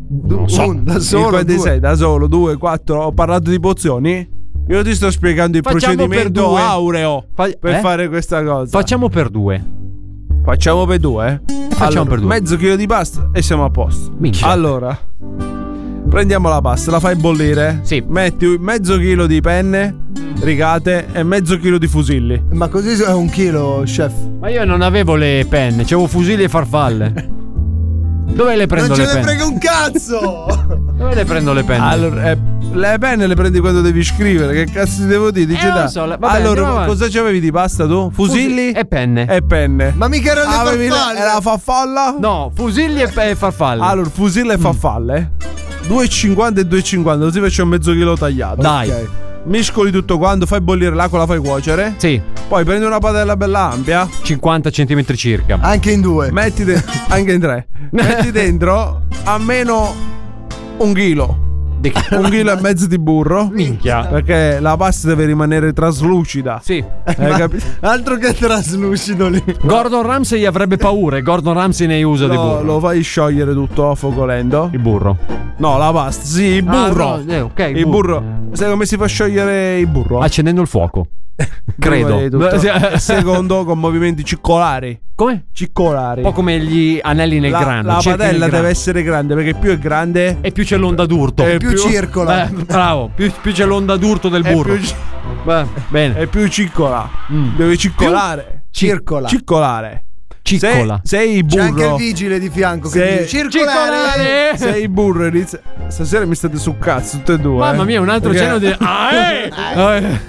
Non so. Un, da solo, In quanti due. sei? Da solo, due, quattro. Ho parlato di pozioni? Io ti sto spiegando il Facciamo procedimento per due. aureo Fa- per eh? fare questa cosa. Facciamo per due. Facciamo per due? Facciamo Allora, per due. Mezzo chilo di pasta e siamo a posto. Minchia. Allora, prendiamo la pasta, la fai bollire. Sì. Metti mezzo chilo di penne rigate e mezzo chilo di fusilli. Ma così è un chilo, chef. Ma io non avevo le penne, c'avevo fusilli e farfalle. Dove le prendo Non le ce ne penne? frega un cazzo! Dove le prendo le penne? Allora, eh, le penne le prendi quando devi scrivere. Che cazzo ti devo dire? Dici Eh, da- lo so, la- vabbè, andiamo allora, avanti. cosa c'avevi di pasta tu? Fusilli e penne. e penne. Ma mica erano le Avevi la- farfalle! era la farfalla? No, fusilli e, e farfalle. Allora, fusilli e farfalle. due e cinquanta e due e cinquanta, così facciamo mezzo chilo tagliato. Dai. Ok. Miscoli tutto quanto, fai bollire l'acqua, la fai cuocere. Sì, Poi prendi una padella bella ampia, cinquanta centimetri circa. Anche in due. metti de- anche in tre. Metti dentro almeno un chilo. Di che- Un chilo e mezzo di burro. Minchia. Perché la pasta deve rimanere traslucida. Sì. Hai capito? Altro che traslucido lì. Gordon Ramsay avrebbe paura e Gordon Ramsay ne usa di No, burro. lo fai sciogliere tutto a fuoco lento. Il burro. No, la pasta, sì, il burro. Ah, no, eh, ok, il burro. Sai come si fa sciogliere il burro? Accendendo il fuoco. Credo. Prima di tutto. E secondo, con movimenti circolari. Come? Circolari. Un po' come gli anelli nel la, grano. la cerchi nel padella grano. deve essere grande, perché più è grande E più c'è l'onda d'urto. è Più circola. Eh, bravo, più, più c'è l'onda d'urto del è burro. più, Beh, bene. è più circola. Mm. Deve circolare. Circola. Circolare. Ciccola. Se, se il C'è anche il burro. vigile di fianco Se- che dice circolare. Se il burro inizia. Stasera mi state su cazzo tutte e due. Mamma eh. mia, un altro Perché cenno di. Ah, eh!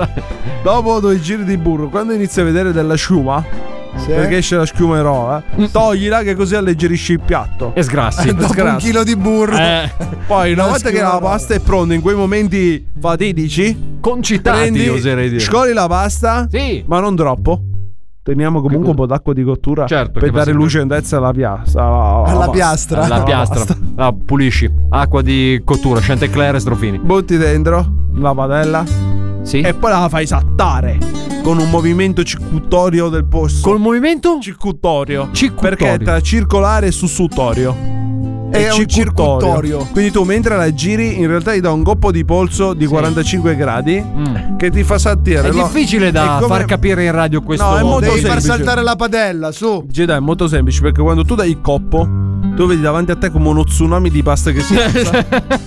Dopo due giri di burro, quando inizi a vedere della sciuma, perché esce la schiuma in roba, toglila che così alleggerisci il piatto. E sgrassi. Dopo un Sgrassi. chilo di burro. Eh, Poi una La volta che schiuma la in roba. pasta è pronta, in quei momenti fatidici, concitati, prendi, oserei dire. scoli la pasta, Sì. ma non troppo. Teniamo comunque un po' d'acqua di cottura Certo, per che fa dare sempre- lucidezza alla piastra. alla- Alla pasta. piastra. La alla piastra. pasta. Ah, pulisci. Acqua di cottura, Chantecler e strofini. Butti dentro la padella Sì. e poi la fai saltare con un movimento circuitorio del posto. Col movimento? circuitorio. Circuitorio. Perché tra circolare e sussultorio. È un circuitorio. Quindi tu mentre la giri in realtà gli dà un coppo di polso di Sì. quarantacinque gradi Mm. che ti fa saltare. È no? difficile da È come- far capire in radio questo. No, è molto Devi far semplice. saltare la padella, su. Jedi è molto semplice perché quando tu dai il coppo tu vedi davanti a te come uno tsunami di pasta che si alza.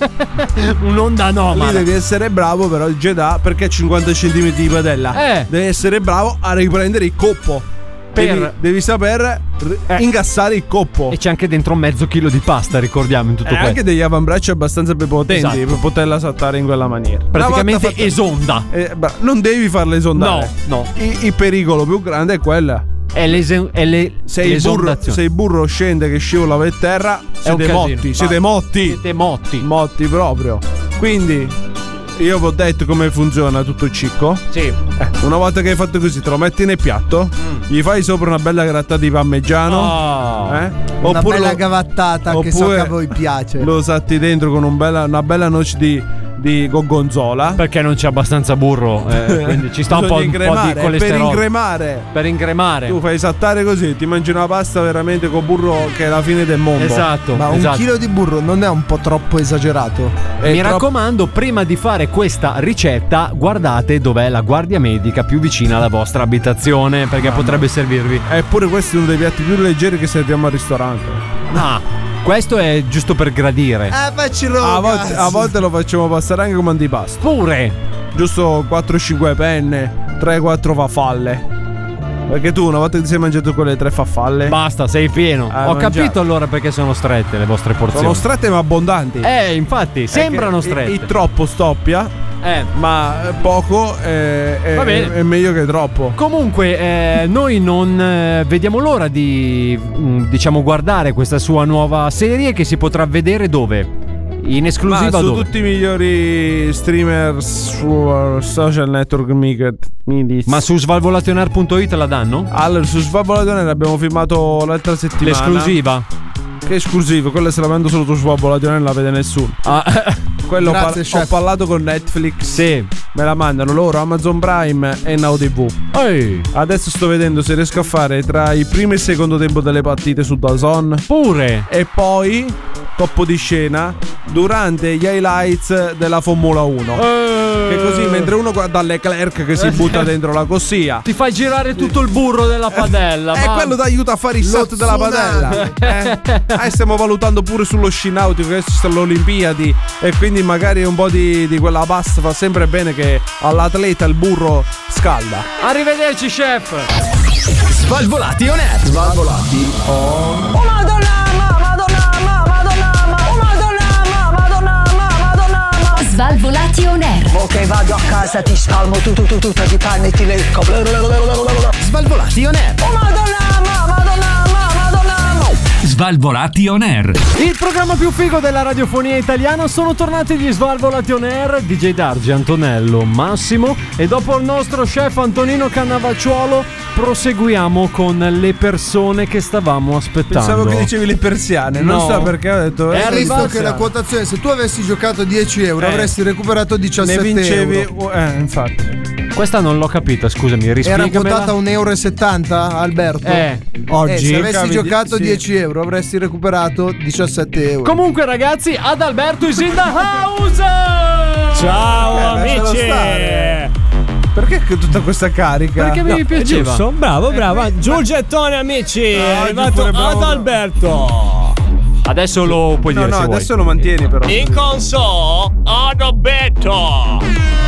Un'onda Lì anomala. devi essere bravo però il Jedi perché cinquanta centimetri di padella. Eh. Devi essere bravo a riprendere il coppo. Per- Devi, devi saper r- Eh. incassare il coppo. E c'è anche dentro mezzo chilo di pasta, ricordiamo, in tutto E questo. anche degli avambracci abbastanza prepotenti Esatto. per poterla saltare in quella maniera. Praticamente Una volta fatta- esonda. Eh, beh, non devi farla esondare. No, no. Il, il pericolo più grande è quella. È, l'ese- è le- Se il, burro, l'esondazione. se il burro scende che scivola per terra, È un siete casino. motti. Siete Vai. motti. Siete motti. Motti proprio. Quindi, io vi ho detto come funziona tutto il cicco. Sì. Eh, una volta che hai fatto così, te lo metti nel piatto, gli fai sopra una bella grattata di parmigiano. Oh. Eh? Una bella lo- gavattata che so oppure che a voi piace. Lo satti dentro con un bella- una bella noce di, di gorgonzola. Perché non c'è abbastanza burro. eh, quindi ci sta un po', Bisogna un po' di incremare, per colesterolo. incremare. Per incremare. Tu fai saltare così, ti mangi una pasta veramente con burro che è la fine del mondo. Esatto. Ma un esatto. chilo di burro non è un po' troppo esagerato? È Mi troppo- raccomando, prima di fare questa ricetta, guardate dov'è la guardia medica più vicina alla vostra abitazione, perché potrebbe servirvi. Eppure questo è uno dei piatti più leggeri che serviamo al ristorante. Ah, questo è giusto per gradire. Eh, faccelo. A volte, cazzo. a volte lo facciamo passare anche come antipasto. Pure. Giusto quattro cinque penne, tre quattro farfalle. Perché tu una volta che ti sei mangiato quelle tre farfalle, Basta, sei pieno. Hai Ho mangiato. capito allora perché sono strette le vostre porzioni. sono strette ma abbondanti. Eh, infatti, sembrano Perché strette. Il, il troppo stoppia, Eh. ma poco è, è- Va bene. è meglio che troppo. Comunque, eh, noi non eh, vediamo l'ora di, mm, diciamo, guardare questa sua nuova serie che si potrà vedere dove? In Ma esclusiva su dove? tutti i migliori streamer su social network mica- midis. Ma su svalvolationer punto it la danno? Allora, su Svalvolazione l'abbiamo filmato l'altra settimana. L'esclusiva? Che esclusivo, quella se la vendo solo su Svalvolazione, non la vede nessuno. Ah, Quello ho, Grazie, par- chef. ho parlato con Netflix. sì. Me la mandano loro, Amazon Prime e Now T V. Ehi, Adesso sto vedendo se riesco a fare tra il primo e il secondo tempo delle partite su D A Z N. pure. E poi toppo di scena durante gli highlights della Formula uno. Eh. Che così mentre uno guarda Leclerc che si butta dentro la corsia, ti fai girare tutto il burro della padella. E eh, quello ti aiuta a fare il salto della padella. Eh, eh, stiamo valutando pure sullo sci nautico, che ci sono le Olimpiadi, e quindi magari un po' di, di quella pasta fa sempre bene, che all'atleta il burro scalda. Arrivederci, chef. Svalvolati on air. Svalvolati on. Oh madonna, ma, madonna, ma, madonna, ma, oh madonna, ma, madonna, ma, madonna, ma. Svalvolati on air. Ok, vado a casa, ti spalmo tu, tu, tu, tutta di panni e ti lecco. Svalvolati on air. Oh madonna, ma, madonna, ma, madonna, ma. Svalvolati on air. Il programma più figo della radiofonia italiana. Sono tornati gli Svalvolati on air. D J Dargi, Antonello, Massimo. E dopo il nostro chef Antonino Cannavacciuolo proseguiamo con le persone che stavamo aspettando. Pensavo che dicevi le persiane. No. Non so perché ho detto È eh, arrivato che la quotazione, se tu avessi giocato dieci euro Eh. avresti recuperato diciassette ne vincevi euro. eh, infatti. Questa non l'ho capita, scusami, Era rispiegamela. quotata un euro e settanta, Alberto. Eh, Oggi eh, se avessi Cavi- giocato sì. dieci euro avresti recuperato diciassette euro. Comunque ragazzi, ad Alberto is in the house. Ciao Eh, lascialo amici. stare. Perché che tutta questa carica? Perché mi È piaceva. giusto? Bravo, bravo. Giù il gettone, amici. È oggi arrivato pure bravo. ad Alberto. Adesso lo puoi No, dire no, se vuoi. adesso lo mantieni però. In console ad Alberto.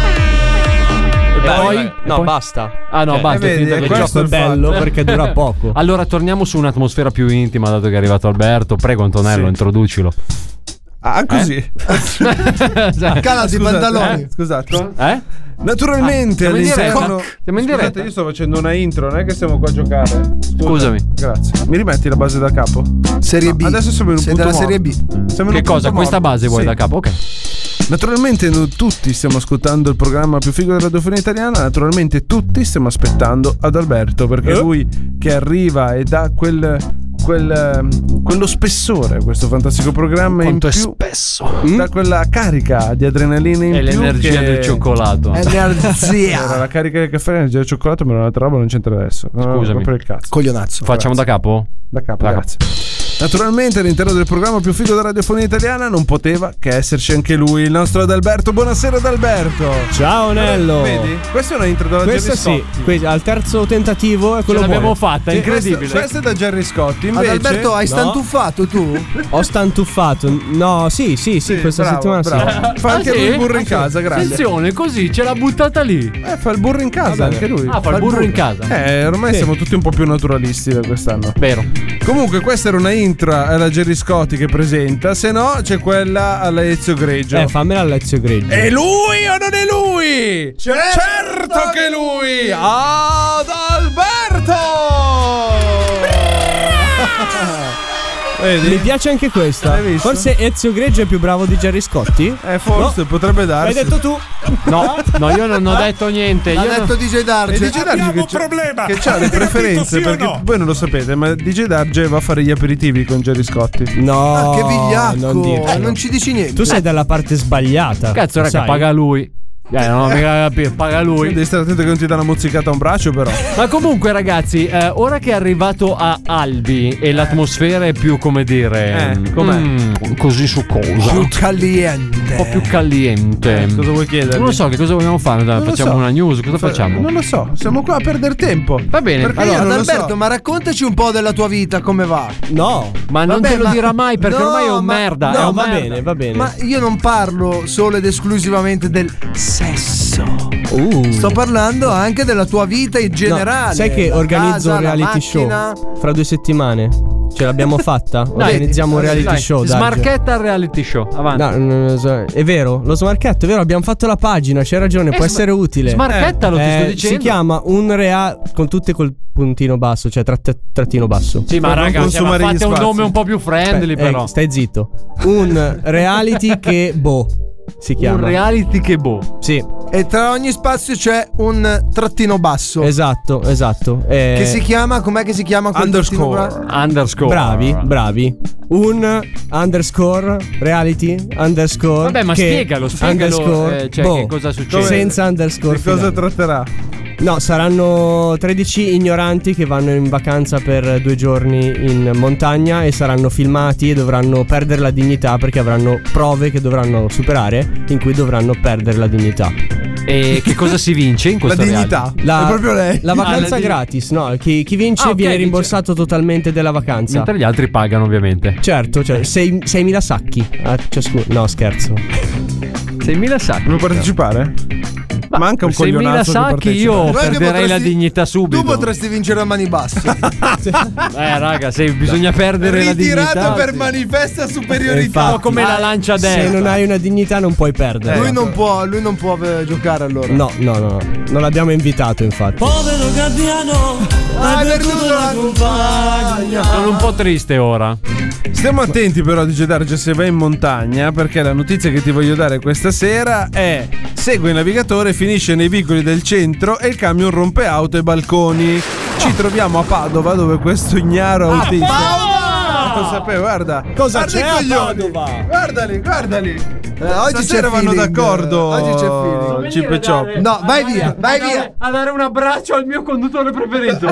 E poi? No, poi? basta. Ah no, Cioè, basta. eh, è finito vedi, il è gioco. questo È il bello fatto. perché dura poco. Allora torniamo su un'atmosfera più intima, dato che è arrivato Alberto. Prego Antonello, Sì. introducilo. Ah, così. Calati i pantaloni. Eh, scusate. Eh? Naturalmente Ah, siamo in diretta? all'interno. Siamo in Scusate, diretta? io sto facendo una intro, non è che stiamo qua a giocare. Scusa. Scusami. Grazie. Mi rimetti la base da capo? Serie B. No, adesso siamo in un Sei punto della Serie morto. B. Siamo in Che un cosa? punto Questa morto. base vuoi Sì. da capo? Ok. Naturalmente noi tutti stiamo ascoltando il programma più figo della radiofonia italiana. Naturalmente tutti stiamo aspettando ad Alberto, perché Eh? lui che arriva e dà quel, quel ehm, quello spessore a questo fantastico programma in Quanto è più, spesso. dà quella carica di adrenalina in E più l'energia che- del cioccolato. Allora, Energia. la carica del caffè, l'energia del cioccolato, ma un'altra roba non c'entra adesso. No, Scusami. proprio il cazzo. Coglionazzo. Facciamo da capo? Da capo, Da grazie. Naturalmente all'interno del programma più figo della radiofonia italiana non poteva che esserci anche lui, il nostro Adalberto. Buonasera Adalberto. Ciao Nello. Vedi? Questa è una intro della Questa Gerry sì, Scotti. que- al terzo tentativo è Ce quello l'abbiamo buono. fatta, è Sì, incredibile. Questa, questa è da Gerry Scotti. Invece, Adalberto, hai No. stantuffato tu? Ho stantuffato. No, sì, sì, sì, Sì, questa bravo, settimana sì. bravo. Fa anche Ah, sì? lui il burro in casa, grande. Attenzione, così ce l'ha buttata lì. Eh, fa il burro in casa Vabbè. anche lui. Ah, fa il burro in casa. Eh, ormai Sì. siamo tutti un po' più naturalisti da quest'anno. Vero. Comunque, questa era una intro alla Gerry Scotti che presenta, se no c'è quella alla Ezio Greggio. Eh, fammela all'Ezio Greggio. È lui o non è lui? Certo, che è lui! Adalberto! Vedi? Mi piace anche questa. Hai visto? Forse Ezio Greggio è più bravo di Gerry Scotti? Eh, forse potrebbe darsi. L'hai detto tu? No, no, io non ho detto niente. L'ha Io detto non- D J Darge. E D J Darge che c'ha, che c'ha le preferenze, perché voi non lo sapete, ma D J Darge va a fare gli aperitivi con Gerry Scotti. No. Ah, che vigliacco. Non, dircelo. Eh, non ci dici niente. Tu sei dalla parte sbagliata. Cazzo, raga, sai? paga lui. Eh, non ho mica capito, paga lui. Devi stare attento che non ti dà una mozzicata a un braccio, però. Ma comunque, ragazzi, eh, ora che è arrivato a Albi e l'atmosfera è più, come dire, Eh, com'è? mm, così succosa, Più caliente. un po' più caliente. Eh, cosa vuoi chiedermi? Non lo so, che cosa vogliamo fare? Dai, Non lo facciamo so. una news? Cosa Fa- facciamo? Non lo so, siamo qua a perdere tempo. Va bene, Perché allora, io non lo Adalberto, so. ma raccontaci un po' della tua vita, come va? No. Ma non Vabbè, te lo ma- dirà mai perché No, ormai è un ma- merda. no, è un va merda. bene, va bene. Ma io non parlo solo ed esclusivamente del sesso. Uh. Sto parlando anche della tua vita in No, generale. sai che La organizzo casa, un la reality macchina. show fra due settimane? Ce l'abbiamo fatta? Dai, Organizziamo un reality dai, show. Darge. Smarchetta al reality show. Avanti. No, non lo so. È vero, lo smarchetto, è vero, abbiamo fatto la pagina, c'hai ragione, Eh, può sma- essere utile. Smarchettalo, ti sto Eh, dicendo. Si chiama un real con tutte col puntino basso, cioè tratt- trattino basso. Sì, ma Per non raga, cioè, ma consumare gli fate un spazi. nome un po' più friendly, Aspetta, però. eh, stai zitto. Un reality che boh si chiama. Un reality che boh. Sì, E tra ogni spazio c'è un trattino basso. esatto, esatto. Eh, Che si chiama, com'è che si chiama quel trattino Underscore. bra- Underscore. Bravi, bravi. Un underscore reality underscore. Vabbè, ma che spiegalo, spiegalo, underscore, eh, cioè, boh, che cosa succede. senza underscore. Di cosa finale. tratterà? No, saranno tredici ignoranti che vanno in vacanza per due giorni in montagna e saranno filmati e dovranno perdere la dignità perché avranno prove che dovranno superare in cui dovranno perdere la dignità. E che cosa si vince in questo La dignità. reality? La, È proprio lei. La vacanza Ah, la di- gratis, no? Chi, chi vince Ah, ok, viene vince. rimborsato totalmente della vacanza. Mentre gli altri pagano, ovviamente. Certo, cioè sei- seimila sacchi a ciascuno. No, scherzo. seimila sacchi. Vuoi partecipare? Manca un Per seimila coglionazzo che sacchi partecipa. io Guarda che perderei potresti- la dignità subito. Tu potresti vincere a mani basse. Eh raga, se bisogna perdere la Ritirato dignità. per sì. manifesta superiorità. Infatti. Un po' come la lancia a Se destra. non hai una dignità non puoi perdere. Lui non può, lui non può eh, giocare allora. No, no, no, non l'abbiamo invitato infatti. Povero gabbiano, hai perduto la compagna. Sono un po' triste ora. Stiamo attenti però di Darge se vai in montagna, perché la notizia che ti voglio dare questa sera è: segue il navigatore, finisce nei vicoli del centro e il camion rompe auto e balconi. Ci troviamo a Padova, dove questo ignaro autista. Lo sapevo, guarda. Cosa Guarda c'è i a coglioni. Padova? Guardali, guardali. Eh, oggi Stasera c'è vanno feeling, d'accordo. oggi c'è feeling. Chip e Chop. No, vai via, vai via. A dare un abbraccio al mio conduttore preferito.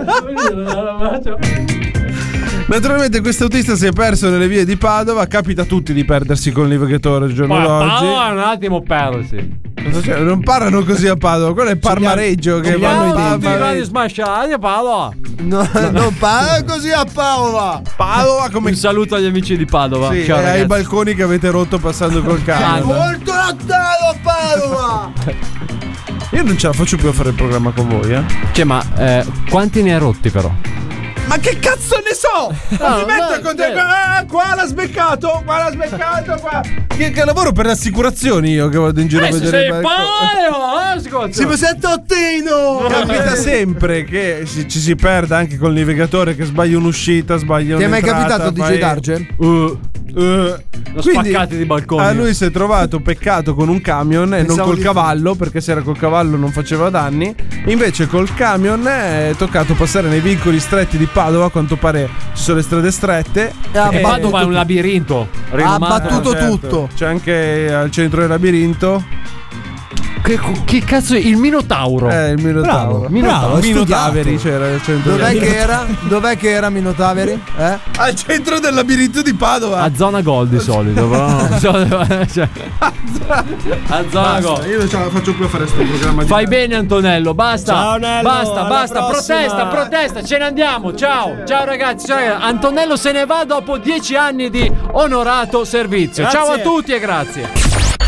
Naturalmente questo autista si è perso nelle vie di Padova. Capita a tutti di perdersi con il navigatore il giorno Ma d'oggi. Paolo, un attimo persi. Cosa c'è? Non parlano così a Padova, quello è Parmareggio che vanno i denti. Ti smasciati, Paolo. No, non parla così a Paola. Padova come Un saluto agli amici di Padova. sì, Ciao e ai ragazzi. balconi che avete rotto passando col camion. Molto lontano a Padova. Io non ce la faccio più a fare il programma con voi, eh. Cioè, ma eh, quanti ne ha rotti però? Ma che cazzo ne so? No, mi metto no, con te. sì. Ah, qua l'ha sbeccato, qua l'ha sbeccato, qua. Che, che lavoro per le assicurazioni io che vado in giro a Eh, se vedere sei i balconi. Paolo, ascolta. Si mi sento ottino. Capita sempre che si- ci si perda anche col navigatore, che sbaglia un'uscita, sbaglia Ti è mai un'entrata. capitato di fai- Darge? Uh, uh. Lo Quindi, spaccati di balconi. a lui si è trovato peccato con un camion e non Pensavo col di- cavallo, perché se era col cavallo non faceva danni. Invece col camion è toccato passare nei vicoli stretti di Padova. A quanto pare ci sono le strade strette. E ha E battuto- Padova è un labirinto. ha rinomato. battuto Certo. tutto. C'è anche al centro del labirinto. Che, che cazzo è? Il Minotauro. Eh, il Minotauro. Bravo, bravo, hai Minotaveri studiato. c'era al centro Dov'è del che era? Dov'è che era Minotaveri? Eh? Al centro del labirinto di Padova. A zona gol di solito, però non so- cioè, a zona Basta, gol. io non ce la faccio più a fare sto programma di Fai bene Antonello, basta. Ciao, Nello, basta, alla basta, prossima. protesta, protesta, ce ne andiamo. Ciao, ciao ragazzi, ciao ragazzi. Antonello se ne va dopo dieci anni di onorato servizio. Grazie. Ciao a tutti e grazie.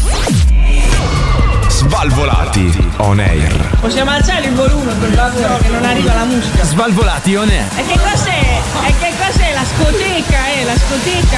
Svalvolati on air. Possiamo alzare il volume per favore che non arriva la musica. Svalvolati on air. E che cos'è? E che cos'è la scoteca, eh? La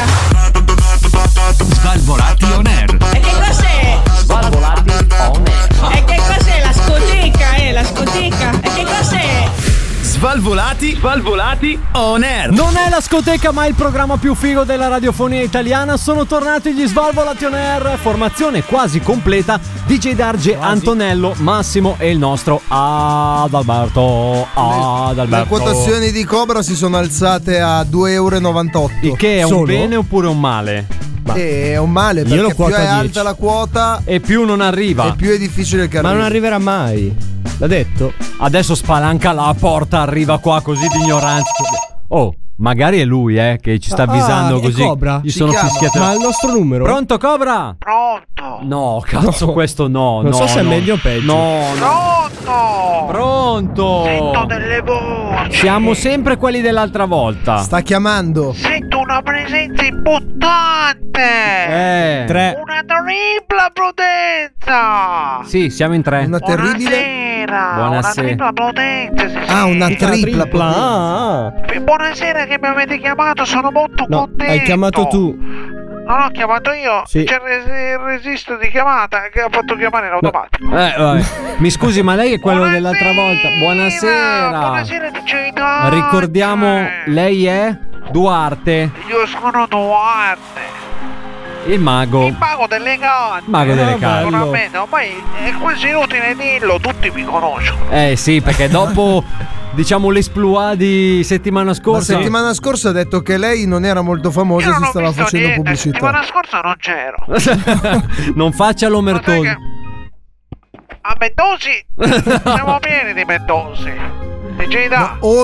scoteca? Svalvolati on air. E che cos'è? Svalvolati on air. E che cos'è la scoteca, eh? La scoteca? E che cos'è? Svalvolati, svalvolati on air. Non è la scoteca ma il programma più figo della radiofonia italiana. Sono tornati gli Svalvolati on air. Formazione quasi completa. D J Darge, Antonello, Massimo e il nostro Adalberto. Adalberto. Le quotazioni di Cobra si sono alzate a due e novantotto euro. Il che è Solo? un bene oppure un male? E è un male Io l'ho perché più quota è dieci. alta la quota E più non arriva. e più è difficile che Ma non arrivi. arriverà mai. L'ha detto? Adesso spalanca la porta, arriva qua così di ignoranza. Oh, magari è lui, eh, che ci sta avvisando Ah, è così. Cobra? Gli Si sono chiama. fischiate. Ma il nostro numero? Pronto, Cobra? Pronto? No, cazzo, No. questo no. Non no, so se è no. meglio o peggio. No, no. Pronto? Pronto. Sento delle voci. Siamo sempre quelli dell'altra volta. Sta chiamando. Sento una presenza importante. Eh. Tre. Una terribile prudenza. Sì, siamo in tre. Una terribile. Buonasera. Buonasera. Una tripla prudenza. Sì, Ah, sì. una Mica la tripla. tripla. Ah, ah. Buonasera che mi avete chiamato, sono molto No, contento. hai chiamato tu. Non ho chiamato io. Sì. C'è il res- il registro di chiamata che ha fatto chiamare in automatico. Eh, vabbè. Mi scusi, ma lei è quello dell'altra volta. Buonasera. Buonasera, D J Darge. Ricordiamo, lei è Duarte, Io sono Duarte. il mago. Il mago delle carte. Mago delle Ah, carte. bello. Naturalmente, ormai è quasi inutile dirlo, tutti mi conoscono. Eh sì, perché dopo diciamo l'esploit di settimana La scorsa. settimana scorsa ha detto che lei non era molto Io famosa e non si ho stava visto facendo niente, pubblicità. settimana scorsa non c'ero. Non faccia l'omertoso. Guardate che- A Mendozi siamo pieni di Mendozi. Di Gida. O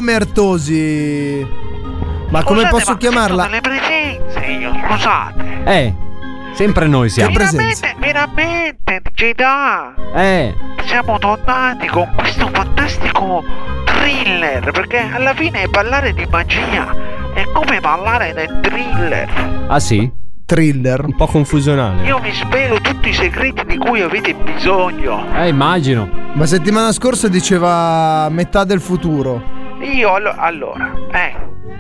Mertosi. Ma come Scusate, posso ma chiamarla? Sono delle presenze io, scusate. Eh, sempre noi siamo. Veramente, veramente, Gida. Eh. Siamo tornati con questo fantastico thriller, perché alla fine parlare di magia è come parlare del thriller. Ah sì? Thriller. Un po' confusionale. Io vi svelo tutti i segreti di cui avete bisogno. Eh, immagino. Ma settimana scorsa diceva metà del futuro. Io allo- allora, eh,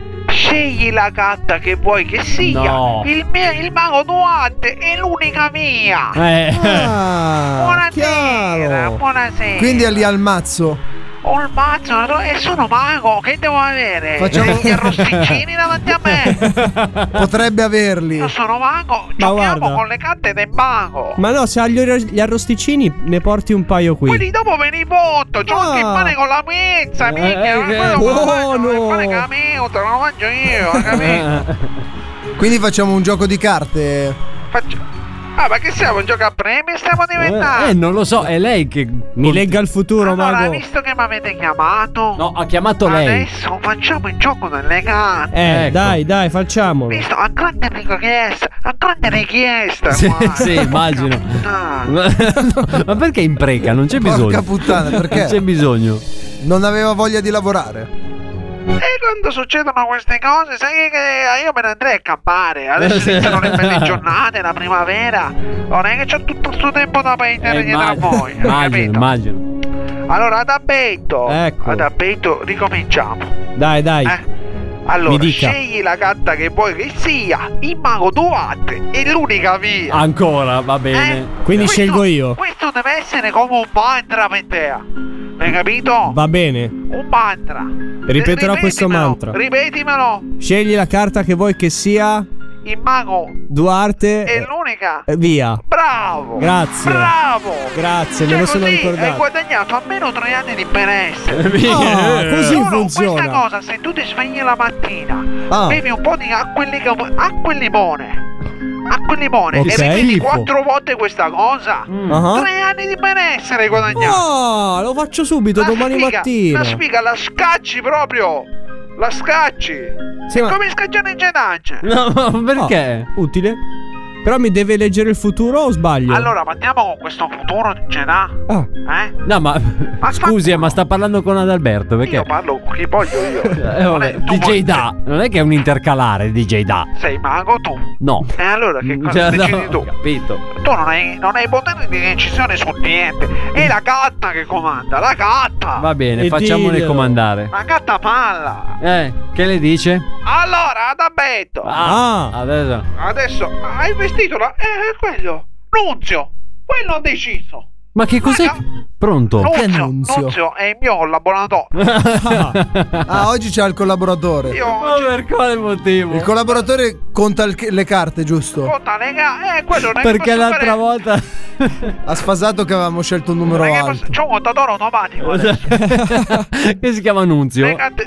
scegli la gatta che vuoi che sia. No. Il, mio, il mago Duarte è l'unica mia. Eh. Ah, Buonasera, chiaro. buonasera. Quindi è lì al mazzo. Ho il mazzo e sono mago, che devo avere? Facciamo- Gli arrosticini davanti a me. Potrebbe averli. Io sono mago, Ma giochiamo guarda. con le carte del mago. Ma no, se hai gli, gli arrosticini ne porti un paio qui. Quelli dopo me li botto, gioco Ah. il pane con la pizza, mica. eh, quello che me lo mangio, buono. il pane con la pizza, lo mangio io, capito? Quindi facciamo un gioco di carte. Faccio... Ah, ma che siamo? Un gioco a premi stiamo diventando? Eh, eh, non lo so, è lei che. Mi legga il futuro, allora, mago. visto che mi avete chiamato, No, ha chiamato lei. adesso facciamo il gioco delle carte. Eh, Ecco. dai, dai, facciamolo. Visto, a grande richiesta, a grande richiesta. Sì, guarda. sì, immagino. Ah. Ma, no, ma perché impreca? Non c'è bisogno. Porca puttana, perché? Non c'è bisogno. Non aveva voglia di lavorare. E quando succedono queste cose, sai che io me ne andrei a campare. Adesso iniziano le belle giornate, la primavera. Non è che c'ho tutto questo tempo da perdere Eh, dietro a immagino, voi. immagino, capito? immagino. Allora, ad abbetto. Ecco. Ad abbetto, ricominciamo. Dai, dai. Eh? Allora, Mi dica. scegli la gatta che vuoi che sia. Il mago Duarte è l'unica via. Ancora, va bene. Eh? Quindi Questo- scelgo io. Questo deve essere come un mantra per te. Hai capito? Va bene. Un mantra. Ripeterò questo Ripetimelo, mantra. Ripetimelo. Scegli la carta che vuoi che sia Il mago Duarte. è l'unica. e via. Bravo. Grazie. Bravo. Grazie, me Cioè, lo sono così hai ricordato. guadagnato almeno tre anni di benessere. Ah, così Solo funziona. questa cosa, se tu ti svegli la mattina, Ah. bevi un po' di acqua e lim- acqua e limone. Acqua e limone Ok. e ripeti Schifo. quattro volte questa cosa. Ah. Tre anni di benessere hai guadagnato. Oh, lo faccio subito La domani sfiga, mattina. La sfiga la scacci proprio. La scacci. Sì, È ma- come scacciare in genaccia. No, ma perché? Oh, utile. Però mi deve leggere il futuro o sbaglio? Allora, partiamo con questo futuro di Jedi. Ah. Eh? No, ma scusi, eh, ma sta parlando con Adalberto perché? Io parlo con chi voglio io. Eh, Non è- vabbè, tu D J vuoi- Da, non è che è un intercalare D J Da. Sei mago tu. No. E allora che cosa Cioè, decidi no, tu? ho capito. Tu non hai, non hai potere di decisione su niente. È la gatta che comanda, la gatta. Va bene, E facciamole diglielo. comandare. La gatta palla. Eh, che le dice? Allora, ad abbetto. Ah, adesso. Adesso hai vestito la. Eh, quello. Nunzio. Quello ha deciso. Ma che cos'è? Pronto? Nunzio, Nunzio? Nunzio è il mio collaboratore. Ah, oggi c'ha il collaboratore. Io Ma per quale motivo? Il collaboratore conta il- le carte, giusto? conta le ga- Eh, quello non è che Perché posso l'altra fare- volta. Ha sfasato che avevamo scelto un numero non è che alto. posso- C'ho un contatore automatico adesso. che si chiama Nunzio? Le carte.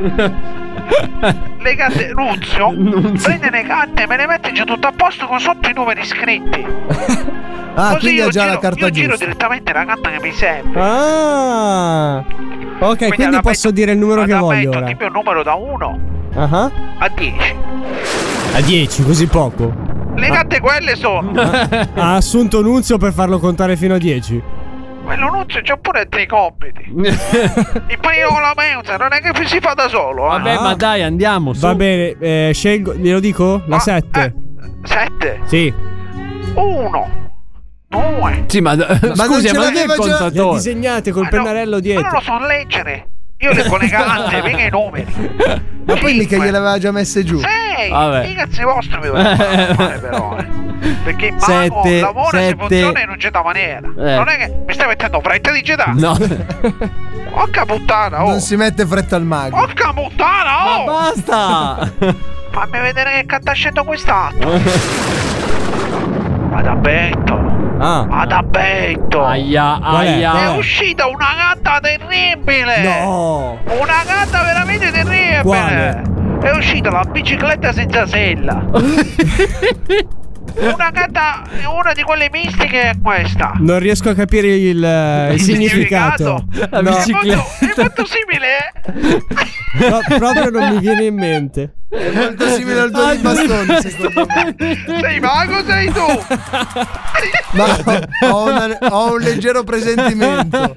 Le carte Nunzio, Nunzio. prende le carte e me le mette già tutto a posto con sotto i numeri scritti. Ah, Così quindi io ha già giro, la carta io giro giusta. direttamente la carta che mi serve. Ah. Ok, quindi, ad posso abbetto- dire il numero ad che voglio abbetto, ora. tipo un numero da uno Ah. a dieci. A dieci, così poco. Le carte quelle sono. Ha assunto Nunzio per farlo contare fino a dieci. Quello Nunzio c'ha pure altri compiti. Il panino con la mensa non è che si fa da solo. Eh. Vabbè, ma dai, andiamo. Su. Va bene, eh, scelgo, glielo dico? La Ah, sette. eh, Sette. Sì. Uno. Due. Sì, ma, non scusi, ce ma che è il l'aveva già? Le ha contatore? disegnate col Ma no, pennarello Ma non dietro. lo so leggere. Io leggo le carte, mica i numeri. Ma poi mica Cinque. gliele aveva già messe giù. Sei! Vabbè. I cazzi vostri mi dovete fare però, eh. Perché il mago Sette, lavora se sette. funziona in un certa maniera. Eh. Non è che mi stai mettendo fretta di Jedi. No. Porca puttana, oh. Non si mette fretta al mago. Porca puttana, Ma oh. basta. Fammi vedere che carta ha scelto quest'altro. Ad abbetto. Ah. Ad abbetto. Aia, Qual è? aia. È uscita una gatta terribile. No. Una gatta veramente terribile. Quale? È uscita la bicicletta senza sella. Una gatta, una di quelle mistiche è questa. Non riesco a capire il, il significato. La No. bicicletta. È molto simile, eh? No, proprio non mi viene in mente. È molto simile al due di bastoni, secondo me. Sei mago, sei tu? Ma ho, una- ho un leggero presentimento.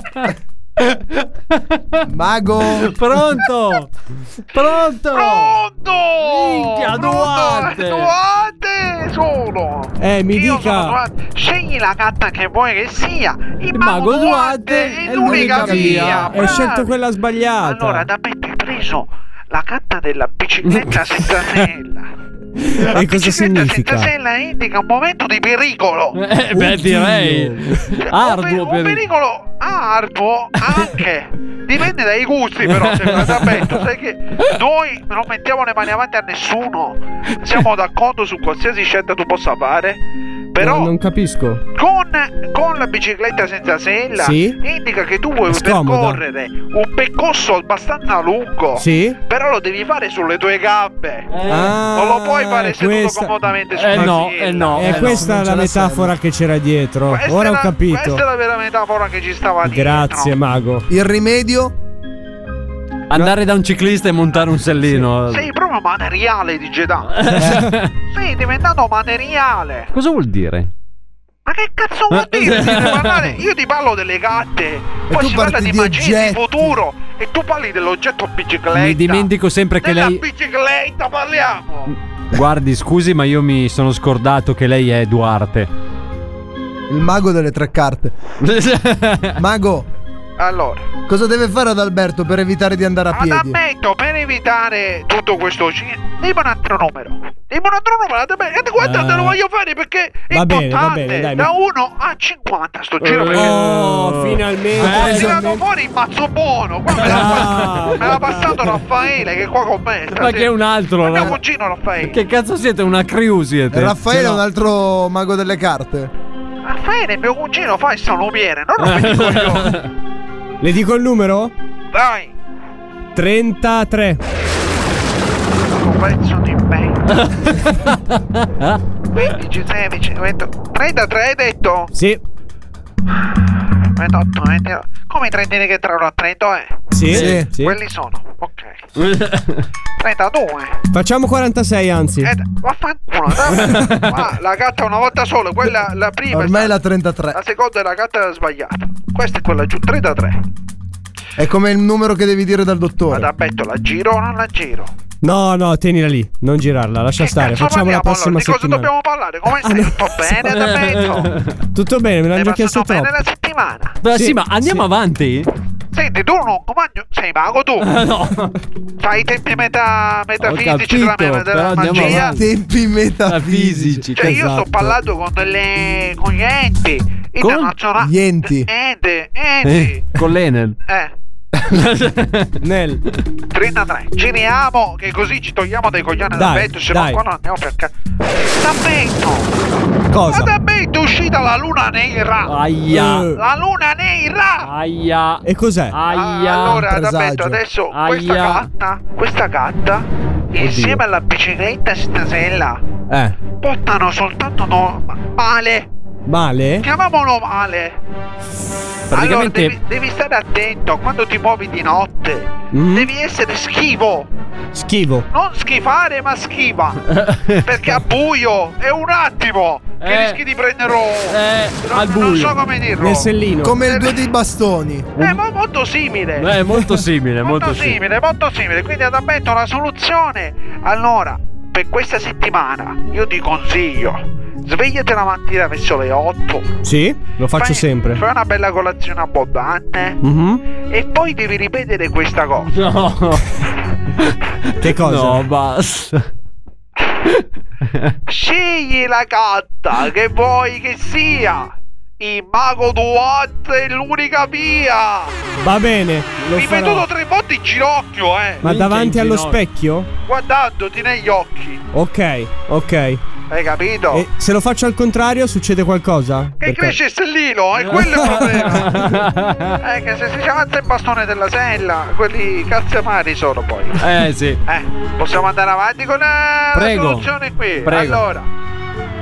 Mago. Pronto? Pronto? Pronto? Minchia, Pronto? Duarte. Duarte sono. Eh, mi Io dica. sono Duarte. Scegli la gatta che vuoi che sia. Il, mago mago Duarte Duarte è è l'unica l'unica via. via. Hai Bravi. scelto quella sbagliata. Allora, da me ti hai preso la gatta della bicicletta senza sella. La E cosa bicicletta significa? senza sella indica un momento di pericolo. Eh, beh, direi. Arduo un, per. pericolo arduo anche. Dipende dai gusti, però. Se Adalberto, sai che noi non mettiamo le mani avanti a nessuno. Siamo d'accordo su qualsiasi scelta tu possa fare. Però No, non capisco. con, con la bicicletta senza sella Sì? indica che tu vuoi È scomoda. percorrere un percorso abbastanza lungo. Sì? Però lo devi fare sulle tue gambe. Ah, non lo puoi fare seduto questa- comodamente Eh sulla no, silla. eh no. È eh no. questa non la ce la metafora che c'era dietro. Questa Ora è ho la- capito. Questa è la vera metafora che ci stava dietro. Grazie, mago. Il rimedio? Andare da un ciclista e montare un sellino. Sei proprio materiale di Jedi. Eh. Sei diventato materiale. Cosa vuol dire? Ma che cazzo vuol dire? Ti devo parlare- Io ti parlo delle gatte. Poi tu si parla parti di di magia di oggetti. futuro. E tu parli dell'oggetto bicicletta. Mi dimentico sempre che Della lei. bicicletta parliamo. Guardi, scusi, ma io mi sono scordato che lei è Duarte. Il mago delle tre carte. Mago, Allora, cosa deve fare Adalberto per evitare di andare a piedi? Adalberto, per evitare tutto questo ci- dimmi un altro numero. Dimmi un altro numero, Adalberto. Guarda, Eh. te lo voglio fare perché è Va bene, importante. va bene, dai, Da ma- uno a cinquanta sto giro perché Oh, finalmente. ho Eh, tirato fuori il mazzo buono. Qua me l'ha, Ah, me l'ha passato Raffaele che è qua con me. Ma che è un altro? Ma mio Ra- cugino Raffaele. Che cazzo siete? Una crew siete? Raffaele è Ce l'ho. un altro mago delle carte. Raffaele, mio cugino, fa il salumiere, non rompi i coglioni. Le dico il numero? Dai, trentatré. un pezzo di me. quindici, sedici, ventotto, trentatré hai detto? Sì. ventotto, ventinove. Come i trentini che trarrò a trenta, eh? Sì. Sì. Sì. Quelli sono, ok. trentadue. Facciamo quarantasei, anzi. Eh, vaffanculo, dai. Ma la gatta una volta sola, quella la prima. Ormai è è la stata- trentatré. La seconda è la gatta sbagliata. Questa è quella giù, trentatré. È come il numero che devi dire dal dottore. Adalberto, la giro o non la giro? No, no, tenila lì. Non girarla, lascia Che stare. cazzo Facciamo la parliamo, prossima allora? settimana. Di cosa dobbiamo parlare? Come stai? Tutto bene, Adalberto? Tutto bene, me l'hanno Hai già chiesto passato bene troppo. la settimana? Beh, sì, Sì, ma andiamo sì. avanti? Senti, tu non comandi, sei mago tu? No. Fai i tempi meta, metafisici capito, della, però della andiamo magia? avanti. Tempi metafisici. Fisici. Cioè, io sto Esatto. parlando con delle. con gli enti internazionali. Gli enti. Enti, enti. Eh, con l'Enel. Eh. Nel. trentatré. Giriamo che così ci togliamo dai coglioni da Dai, petto, se no dai. qua non andiamo per cazzo. D'Ammetto! Cosa? D'Ammetto è uscita la luna nera! Aia. Eh. La luna nera! Aia. E cos'è? Aia. Allora, presagio. D'Ammetto, adesso questa Aia. gatta, questa gatta, insieme alla bicicletta stasella, Eh. portano soltanto no, male. Male? Chiamiamolo male. Allora, Praticamente devi, devi stare attento quando ti muovi di notte. Mm. Devi essere schivo. Schivo. Non schifare, ma schiva. Perché a buio è un attimo che Eh. rischi di prendere. Eh, non, al non so buio. come dirlo. Nel sellino. Come il due dei bastoni. Eh, ma molto simile. Eh, molto simile, molto, molto simile. simile, molto simile. Quindi adattamento la soluzione. Allora, per questa settimana io ti consiglio. Svegliati la mattina verso le otto. Sì, lo faccio Fai- sempre. Fai una bella colazione abbondante. Mhm. E poi devi ripetere questa cosa. No. Che cosa? No, basta. Scegli la gatta che vuoi che sia. Il mago Duarte è l'unica via. Va bene, lo Ripetuto farò. tre volte in ginocchio, eh. Ma Minchia, davanti in allo ginocchio. specchio? Guardandoti negli occhi. Ok, ok. Hai capito? E se lo faccio al contrario succede qualcosa? Che cresce il sellino, è quello il problema. Eh, che se si avanza il bastone della sella, quelli cazzi amari sono poi. Eh, sì. Eh, possiamo andare avanti con la Prego. soluzione qui. Prego. Allora,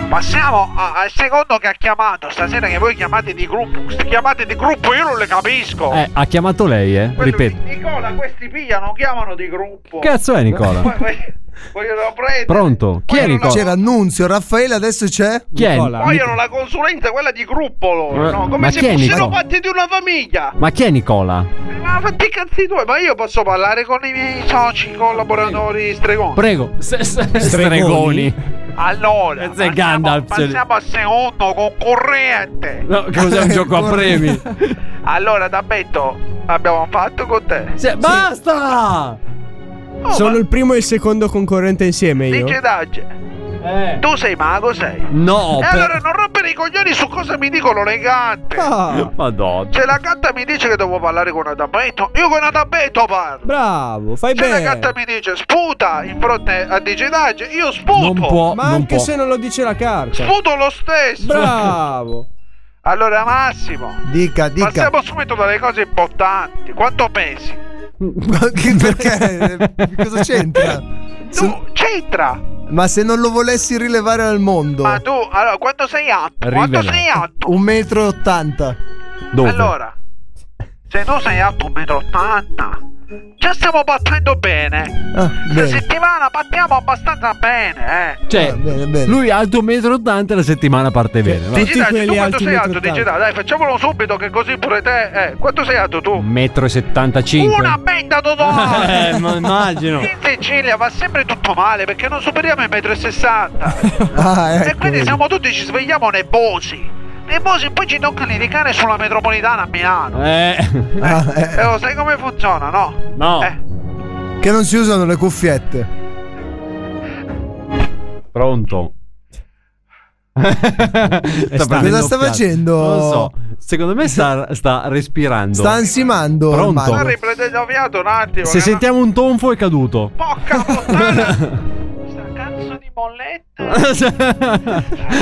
Passiamo a- al secondo che ha chiamato stasera, che voi chiamate di gruppo. Queste chiamate di gruppo io non le capisco. Eh, ha chiamato lei, eh? Quello Ripeto. di Nicola, questi piglia non chiamano di gruppo. Cazzo è Nicola? Poi- poi- Vogliono prendere. Pronto? Chi è Nicola? C'era Annunzio, Raffaele, adesso c'è? Chi è? Vogliono la consulenza, quella di gruppo loro, Eh, no? Come ma se chi è fossero Nicola? parte di una famiglia. Ma chi è Nicola? Ma fatti i cazzi tuoi, ma io posso parlare con i miei soci, collaboratori stregoni. Prego, s- s- stregoni. Allora, Sei passiamo, Gandalf. passiamo al secondo concorrente. No, cos'è un gioco a premi? Allora, Dabetto, abbiamo fatto con te. Se- Basta! Oh, Sono ma- il primo e il secondo concorrente insieme io. Dice Dagge. Eh. Tu sei mago, sei? No, E per- allora non rompere i coglioni su cosa mi dicono le gatte. Ah, Madonna. Se la gatta mi dice che devo parlare con Adabetto, io con Adabetto parlo. bravo, fai Se la bene. gatta mi dice sputa in fronte a Dice Dagge, io sputo. Non può, Ma non anche può. se non lo dice la carta. Sputo lo stesso. Bravo. Allora Massimo, Dica, dica. passiamo subito dalle cose importanti. Quanto pesi? Perché? Cosa c'entra? Tu c'entra. Ma se non lo volessi rilevare al mondo? Ma tu, allora, quanto sei alto? Quanto Rivela. sei alto? Un metro e ottanta. Dove? Allora, se tu sei alto un metro e ottanta, già stiamo battendo bene. Ah, Questa bene. settimana battiamo abbastanza bene, eh. Cioè, Ah, bene, bene. lui è alto un metro e ottanta e la settimana parte bene. va? Tutti Dici Dagge, tu quelli quanto alti sei un alto? metro e Dici Dagge, dai, facciamolo subito che così pure te. Eh, quanto sei alto tu? Un metro e settantacinque. Una benda Dodò! Eh, ma immagino. In Sicilia va sempre tutto male perché non superiamo i metro e sessanta. Ah, ecco. E quindi vedi. siamo tutti, ci svegliamo nervosi. Nervosi, poi ci tocca litigare sulla metropolitana a Milano. Eh. Ah, eh, E lo sai come funziona, no? No. Eh, che non si usano le cuffiette. Pronto. sta sta- prendendo Cosa sta fiato. facendo? Non lo so. Secondo me sta, sta respirando. Sta ansimando. Pronto? il mago. ma riprendete fiato un attimo. Se che sentiamo un tonfo è caduto. no- Porca puttana! Sta cazzo di molletta!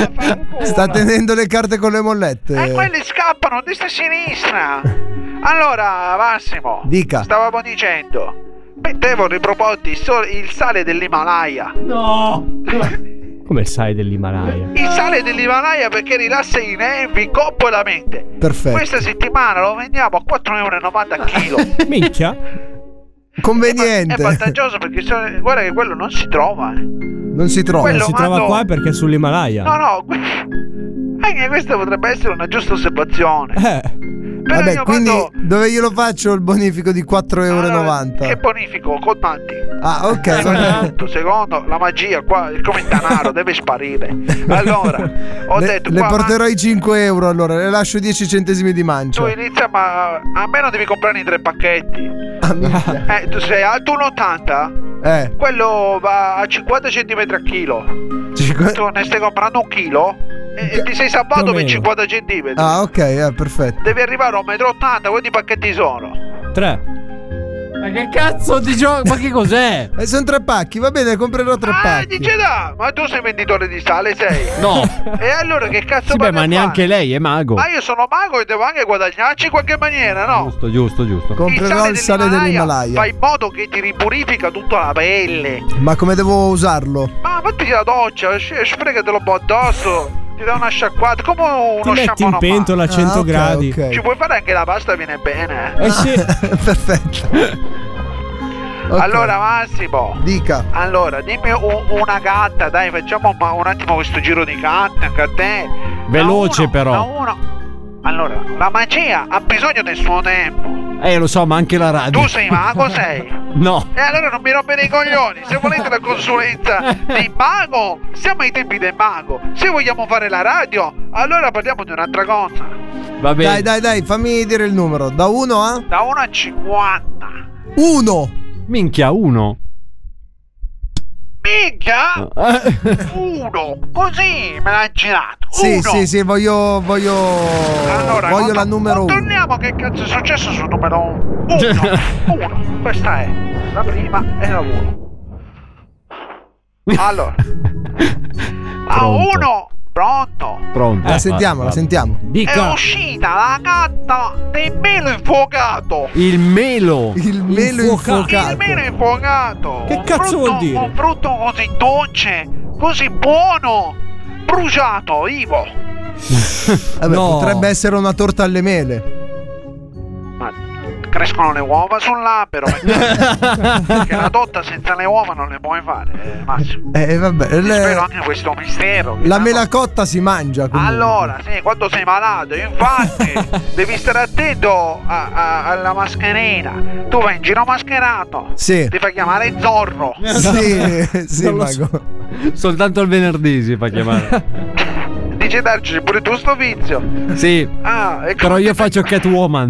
Sta tenendo le carte con le mollette. E quelli scappano di sta sinistra! Allora, Massimo, Dica. stavamo dicendo. Mettevo riproposti il, so- il sale dell'Himalaya. No. Come sai dell'Himalaya? Il sale dell'Himalaya perché rilassa i nervi, il corpo e la mente. Perfetto. Questa settimana lo vendiamo a quattro euro e novanta al chilo. Minchia. Conveniente. È vantaggioso perché so- guarda che quello non si trova. eh. Non si trova. Quello Si trova mando- qua perché è sull'Himalaya. No, no, que- anche questa potrebbe essere una giusta osservazione. Eh. Però Vabbè, io quindi mando- dove glielo faccio il bonifico di quattro euro e novanta? Allora, che bonifico, contanti. Ah, ok. Esatto, secondo la magia qua, il come denaro deve sparire. Allora, ho le, detto le qua, porterò i cinque euro allora, le lascio dieci centesimi di ma mancia. tu inizia, ma a me non devi comprare i tre pacchetti. Ah, minchia. Eh, tu sei alto uno e ottanta? Eh, Quello va a cinquanta centimetri a chilo. cinque- Tu ne stai comprando un chilo e, e ti sei Più salvato o per meno. cinquanta centimetri. ah, ok, eh, perfetto. Devi arrivare a un metro e ottanta, quanti pacchetti sono? Tre. Ma che cazzo di gioco? Ma che cos'è? E sono tre pacchi, va bene, comprerò tre Ah, pacchi. dice da, ma tu sei venditore di sale, sei? No. E allora che cazzo Sì, beh, vai ma a neanche fare? lei è mago. Ma io sono mago e devo anche guadagnarci in qualche maniera, no? Giusto, giusto, giusto. Comprerò il sale dell'Himalaya. Fa in modo che ti ripurifica tutta la pelle. Ma come devo usarlo? Ma fatti la doccia, sc- sfregatelo un po' addosso. Ti dà una sciacquata, come uno Ti metti in sciampone. pentola a cento Ah, ok, gradi. ok. Ci puoi fare anche la pasta, viene bene. Eh sì. Perfetto. Ok. Allora Massimo, Dica. allora dimmi un- una gatta, dai, facciamo un, un attimo questo giro di gatta anche a te. Veloce, Da uno- però. da uno. Allora, la magia ha bisogno del suo tempo. Eh, lo so, ma anche la radio. Tu sei mago, sei? No. E allora non mi rompere i coglioni. Se volete la consulenza di mago, siamo ai tempi del mago. Se vogliamo fare la radio, allora parliamo di un'altra cosa. Va bene. Dai, dai, dai, fammi dire il numero. Da uno a Da uno a cinquanta. uno. Minchia, uno. Minchia! Eh. Uno! Così me l'ha girato. Sì, Uno! sì, sì, voglio. Voglio. Allora, voglio cont- la numero uno. Torniamo che cazzo è successo sul numero uno. Uno. Questa è la prima e la uno. Allora. A Pronto. uno. Pronto. Pronto. La Eh, sentiamo, va- la va- sentiamo. È Dica. uscita la gatta del melo infuocato. Il melo. Il melo Infuocato. infuocato. Il melo infuocato. Che Un cazzo frutto- vuol dire? Un frutto così dolce, così buono. bruciato, vivo. Vabbè, No. potrebbe essere una torta alle mele. Ma crescono le uova sull'albero. Perché la torta senza le uova non le puoi fare, eh, Massimo. Eh, vabbè. Spero Le... anche questo mistero. che La tanto- mela cotta si mangia comunque. Allora, sì, quando sei malato, infatti, devi stare attento a- a- alla mascherina. Tu vai in giro mascherato, Sì. ti fai chiamare Zorro. Sì, sì, Non lo mago. Soltanto il venerdì si fa chiamare. Dice darci pure tu sto vizio. Sì. Ah, e Però io faccio Catwoman.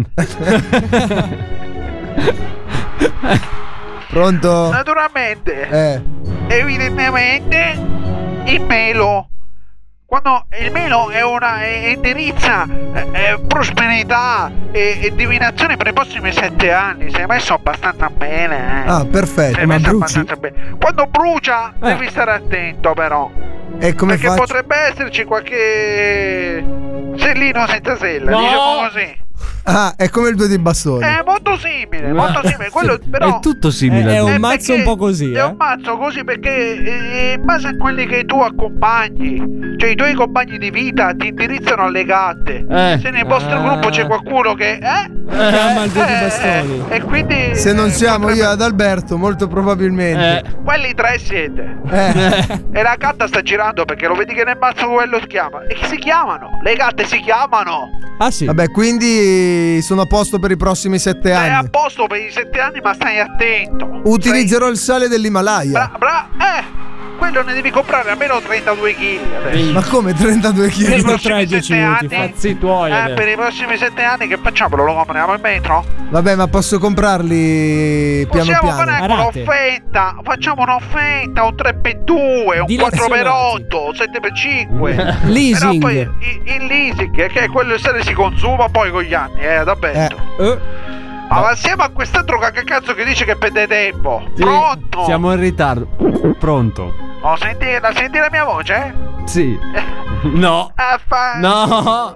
Pronto? naturalmente, Eh. evidentemente, il melo. Quando il melo è una è- indirizza eh, eh, prosperità e, e divinazione per i prossimi sette anni. Sei messo abbastanza bene, eh. Ah, perfetto. Sei Ma messo bruci? abbastanza bene. Quando brucia, Eh. devi stare attento, però. E come Perché faccio? potrebbe esserci qualche sellino senza sella, No! diciamo così. Ah, è come il due di bastoni. È molto simile, molto simile. Quello, però, È tutto simile. È- è a un due. mazzo perché un po' così, È eh. un mazzo così perché eh, in base a quelli che tu accompagni, cioè i tuoi compagni di vita ti indirizzano alle gatte. Eh. Se nel vostro Ah. gruppo c'è qualcuno che eh, Chiama il due di eh, bastoni. e quindi Se non eh, siamo potrebbe- io ad Alberto, molto probabilmente. Eh. quelli tre siete. Eh. E la gatta sta girando perché lo vedi che nel mazzo quello si chiama. E si chiamano, le gatte si chiamano. Ah sì. Vabbè, quindi sono a posto per i prossimi sette Stai a anni. posto per i sette anni, ma stai attento. Utilizzerò il sale dell'Himalaya. Bra, bra, eh, quello ne devi comprare almeno trentadue chili adesso. Ma come trentadue Per i chili? prossimi dieci sette minuti anni, Fazzi tuoi. eh, adesso. per i prossimi sette anni che facciamo? Lo compriamo in metro? Vabbè, ma posso comprarli piano Possiamo piano. fare anche A rate. un'offerta. Facciamo un'offerta, un tre per due, un quattro per otto, un sette per cinque. Leasing. Però poi il, il leasing, che è quello che si consuma poi con gli anni, eh, da bello. Eh. Avanziamo a quest'altro cacacazzo che dice che perde tempo. Sì, Pronto? Siamo in ritardo. Pronto? Oh, senti, la, senti la mia voce? Sì. No. Affa- No.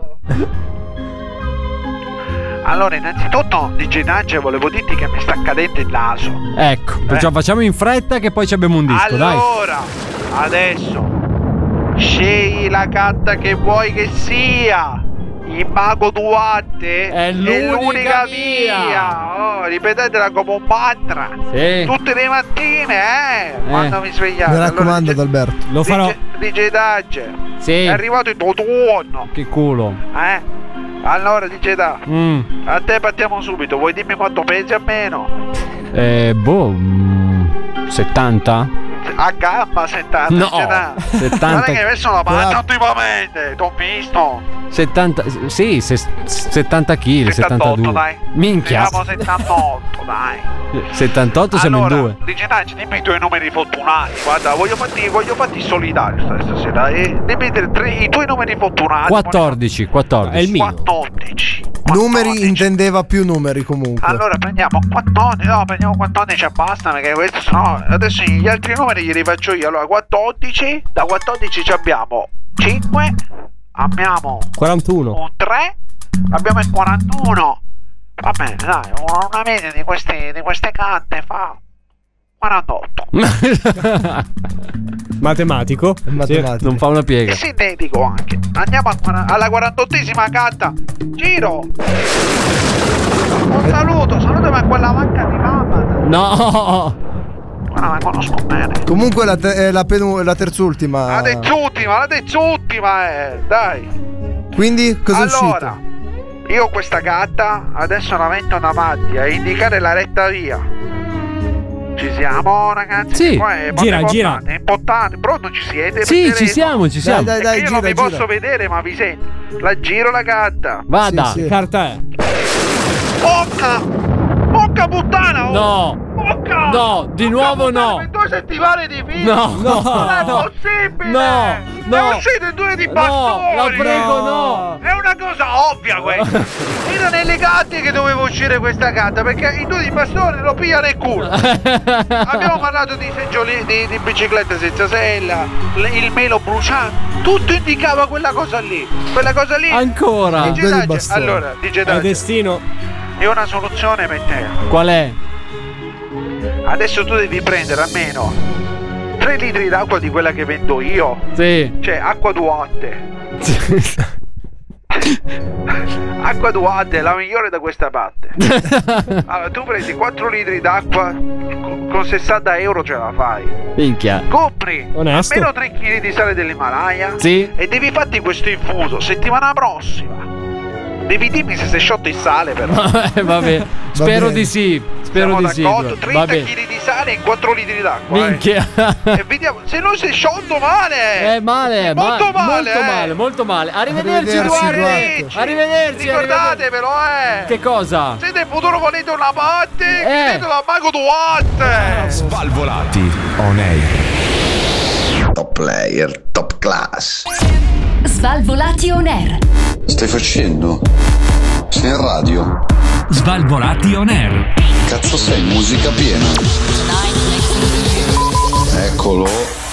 Allora, innanzitutto, D J Nage, volevo dirti che mi sta cadendo il naso. Ecco, perciò Eh. facciamo in fretta che poi ci abbiamo un disco, dai. Allora, adesso, scegli la carta che vuoi che sia. Il mago Duarte È l'unica via. Oh, ripetetela come un mantra. Sì. Tutte le mattine, eh. Quando mi svegliate. Mi raccomando, allora, Adalberto. Lo farò. D J Nage, Sì. è arrivato il tuo turno. Che culo. Eh? Allora, D J Da, Mm. a te partiamo subito. Vuoi dirmi quanto pesi almeno? Eh, boh. mm, settanta? A gamba settanta. No, D J Da. settanta. Non è che adesso la Però- mangia ultimamente. T'ho visto. settanta. Sì, se- settanta chili, settantotto, settantadue. dai. Minchia. Siamo settantotto, dai. settantotto siamo allora, in due. D J Da, dimmi i tuoi numeri fortunati. Guarda, voglio farti, voglio farti solidario stasera. E dimmi i, tre- i tuoi numeri fortunati. quattordici, quattordici. È il mio. quattordici. Numeri quattordici. intendeva più numeri comunque. Allora prendiamo quattordici, no, prendiamo quattordici e basta, perché questo sennò adesso gli altri numeri li rifaccio io. Allora quattordici, da quattordici ci abbiamo cinque, abbiamo quarantuno. un tre, abbiamo il quarantuno. Va bene, dai, una, una media di, questi, di queste carte fa quarantotto. Matematico. È matematico. Non fa una piega. E sintetico anche. Andiamo a quara- alla quarantottesima carta. Giro. Un saluto, salutami a quella vacca di mamma. No. Guarda, la conosco bene. Comunque la, te- è la, penu- la terzultima. La terzultima, la terzultima, eh, dai. Quindi cosa è Allora, uscito? io questa carta adesso la metto davanti a indicare la retta via. Ci siamo, ragazzi? Sì. Qua è Gira, importante, gira. È importante. Pronto, ci siete? Sì, Vedrete? ci siamo, ci siamo. Dai, È dai, che io gira, non vi gira. posso vedere, ma vi sento. La giro la carta. Vada. Sì, sì. Carta è. Porca! Porca puttana! oh! No. Porca! No, di Porca nuovo puttana, no. per due settimane di fila! No, no, Non è no. possibile! No, no. E uscite due di No, bastoni! la prego, no. È una cosa ovvia questa! Era nelle carte che doveva uscire questa carta, perché i due di bastone lo pigliano nel culo! Abbiamo parlato di seggioli, di, di biciclette senza sella, l- il melo bruciato, tutto indicava quella cosa lì, quella cosa lì. Ancora. D J Due di Dagge, bastone. allora, D J È Dagge, destino. è una soluzione per te. Qual è? Adesso tu devi prendere almeno tre litri d'acqua di quella che vendo io. Sì. Cioè, acqua Duarte. Acqua Duarte, la migliore da questa parte. Allora, tu prendi quattro litri d'acqua, con sessanta euro ce la fai. Minchia. Compri Onesto. almeno tre chili di sale dell'Himalaya. Sì. E devi farti questo infuso settimana prossima. Devi dirmi se sei sciotto il sale, però. Vabbè, vabbè. Spero di sì. Spero Siamo di sì. d'accordo? trenta Vabbè. chili di sale in quattro litri d'acqua. Minchia. Eh. E vediamo. Se non sei sciolto male. È male, molto ma- male. molto eh. male, molto male. Arrivederci, Arrivederci, Duarte. Duarte. Arrivederci. Ricordatevelo, eh. Che cosa? Se nel futuro volete una parte, Eh. chiedetelo a Mago Duarte. Svalvolati on air. Top player, top class. Svalvolati on air. Stai facendo? Sei in radio? Svalvolati on air. Cazzo sei, musica piena. Eccolo.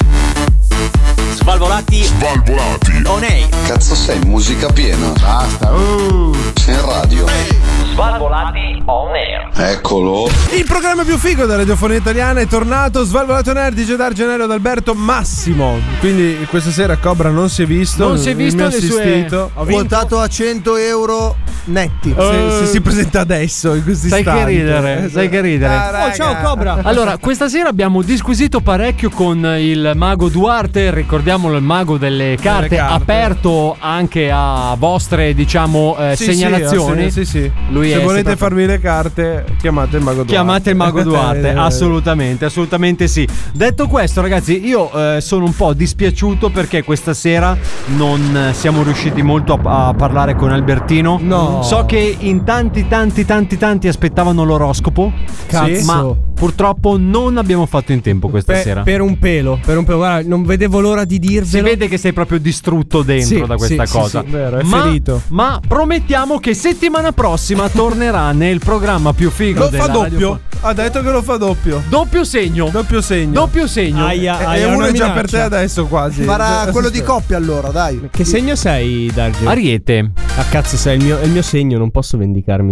Svalvolati. Svalvolati. On air. Cazzo sei, musica piena. Basta. Uh. Sei in radio? Svalvolati on air. Eccolo. Il programma più figo della radiofonia italiana è tornato. Svalvolato Nerd di Gedar Genello ad Alberto Massimo. Quindi questa sera Cobra non si è visto. Non si è visto il mio le sue- assistito. Ho quotato a cento euro netti. Se, se si presenta adesso in questi Sai che istanti. ridere, sai che ridere. Ah, raga. Oh, ciao Cobra. Allora, questa sera abbiamo disquisito parecchio con il mago Duarte, ricordiamolo, il mago delle carte, carte. aperto anche a vostre, diciamo, eh, Sì, segnalazioni. Sì, sì, sì. Lui Se è volete sempre- farvi le carte, chiamate il mago Duarte. Chiamate il mago Duarte, assolutamente, assolutamente sì. Detto questo, ragazzi, io eh, sono un po' dispiaciuto perché questa sera non siamo riusciti molto a, a parlare con Albertino. No. So che in tanti, tanti, tanti, tanti aspettavano l'oroscopo. Cazzo. Ma purtroppo non abbiamo fatto in tempo questa Per, sera. per un pelo, per un pelo. Guarda, non vedevo l'ora di dirvelo. Si vede che sei proprio distrutto dentro Sì, da questa sì, sì, cosa. sì, vero, è ma, ferito. ma promettiamo che settimana prossima tornerà nel programma più figo Lo della fa doppio. radio. Ha detto che lo fa doppio. Doppio segno. Doppio segno. Doppio segno. Aia, E- aia, e uno una è già minaccia. per te adesso quasi. Farà quello di coppia allora, dai. Che segno sei, Darge? Ariete. Ah, cazzo, sei il mio, è il mio segno, non posso vendicarmi.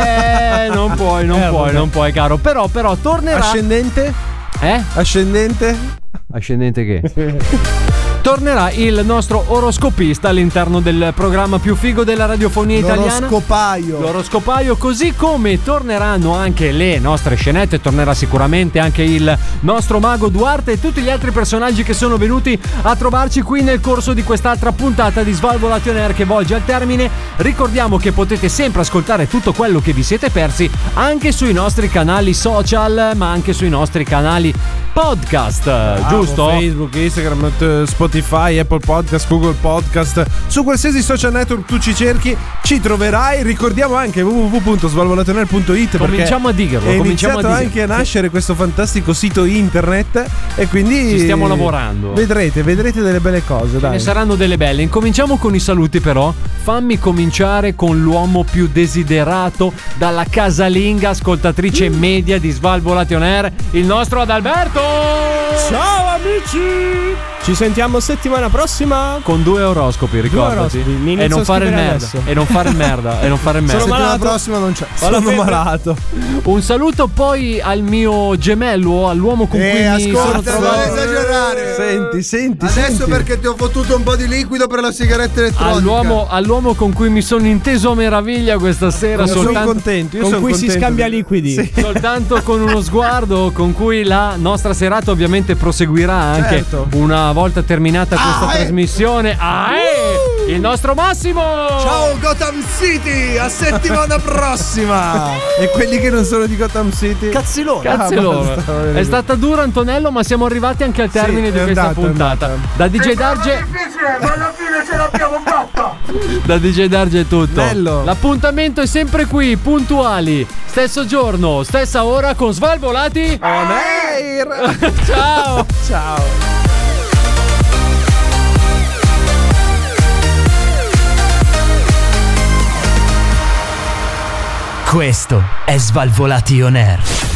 Eh, non puoi, non Eh, puoi, vabbè. non puoi, caro. Però, però, tornerà. Ascendente? Eh? Ascendente? Ascendente che? Tornerà il nostro oroscopista all'interno del programma più figo della radiofonia italiana. L'oroscopaio. L'oroscopaio, così come torneranno anche le nostre scenette, tornerà sicuramente anche il nostro mago Duarte e tutti gli altri personaggi che sono venuti a trovarci qui nel corso di quest'altra puntata di Svalvolati on Air che volge al termine. Ricordiamo che potete sempre ascoltare tutto quello che vi siete persi anche sui nostri canali social, ma anche sui nostri canali podcast, Bravo, giusto? Facebook, Instagram, t- Spotify, Apple Podcast, Google Podcast. Su qualsiasi social network tu ci cerchi, ci troverai. Ricordiamo anche w w w punto svalvolatonel punto it perché Cominciamo a dirlo, è cominciamo iniziato a dirlo. anche a nascere questo fantastico sito internet e quindi Ci stiamo lavorando. Vedrete, vedrete delle belle cose, Ce dai. ne saranno delle belle. Incominciamo con i saluti, però. Fammi cominciare con l'uomo più desiderato dalla casalinga ascoltatrice media di Svalvolati on Air, il nostro Adalberto. Ciao amici! Ci sentiamo settimana prossima. Con due oroscopi, ricordati. oroscopi, mi E inizio non a fare il scrivere merda. adesso. E non fare il merda. E non fare il merda. Settimana malato. prossima non c'è. Sono febbre. malato. Un saluto poi al mio gemello, all'uomo con Eh, cui mi sono ascolta, non trovato. esagerare. Senti, senti, Adesso senti. perché ti ho fottuto un po' di liquido per la sigaretta elettronica. All'uomo, all'uomo con cui mi sono inteso a meraviglia questa sera. Io sono soltanto contento, io con sono cui si contento. scambia liquidi. Sì. Soltanto con uno sguardo con cui la nostra serata ovviamente proseguirà anche Certo. una volta terminata questa Ah, eh. trasmissione. Ah, eh! Il nostro Massimo! Ciao Gotham City, a settimana prossima. E quelli che non sono di Gotham City. Cazzilone. Cazzo Ah, loro. basta, È stata dura, Antonello, ma siamo arrivati anche al termine Sì, di è questa andata, è puntata. andata. Da D J Darge, difficile, ma alla fine ce l'abbiamo fatta. da D J Darge è tutto. Bello. L'appuntamento è sempre qui, puntuali. Stesso giorno, stessa ora con Svalvolati On air. Ciao! Ciao. Questo è Svalvolati on Air.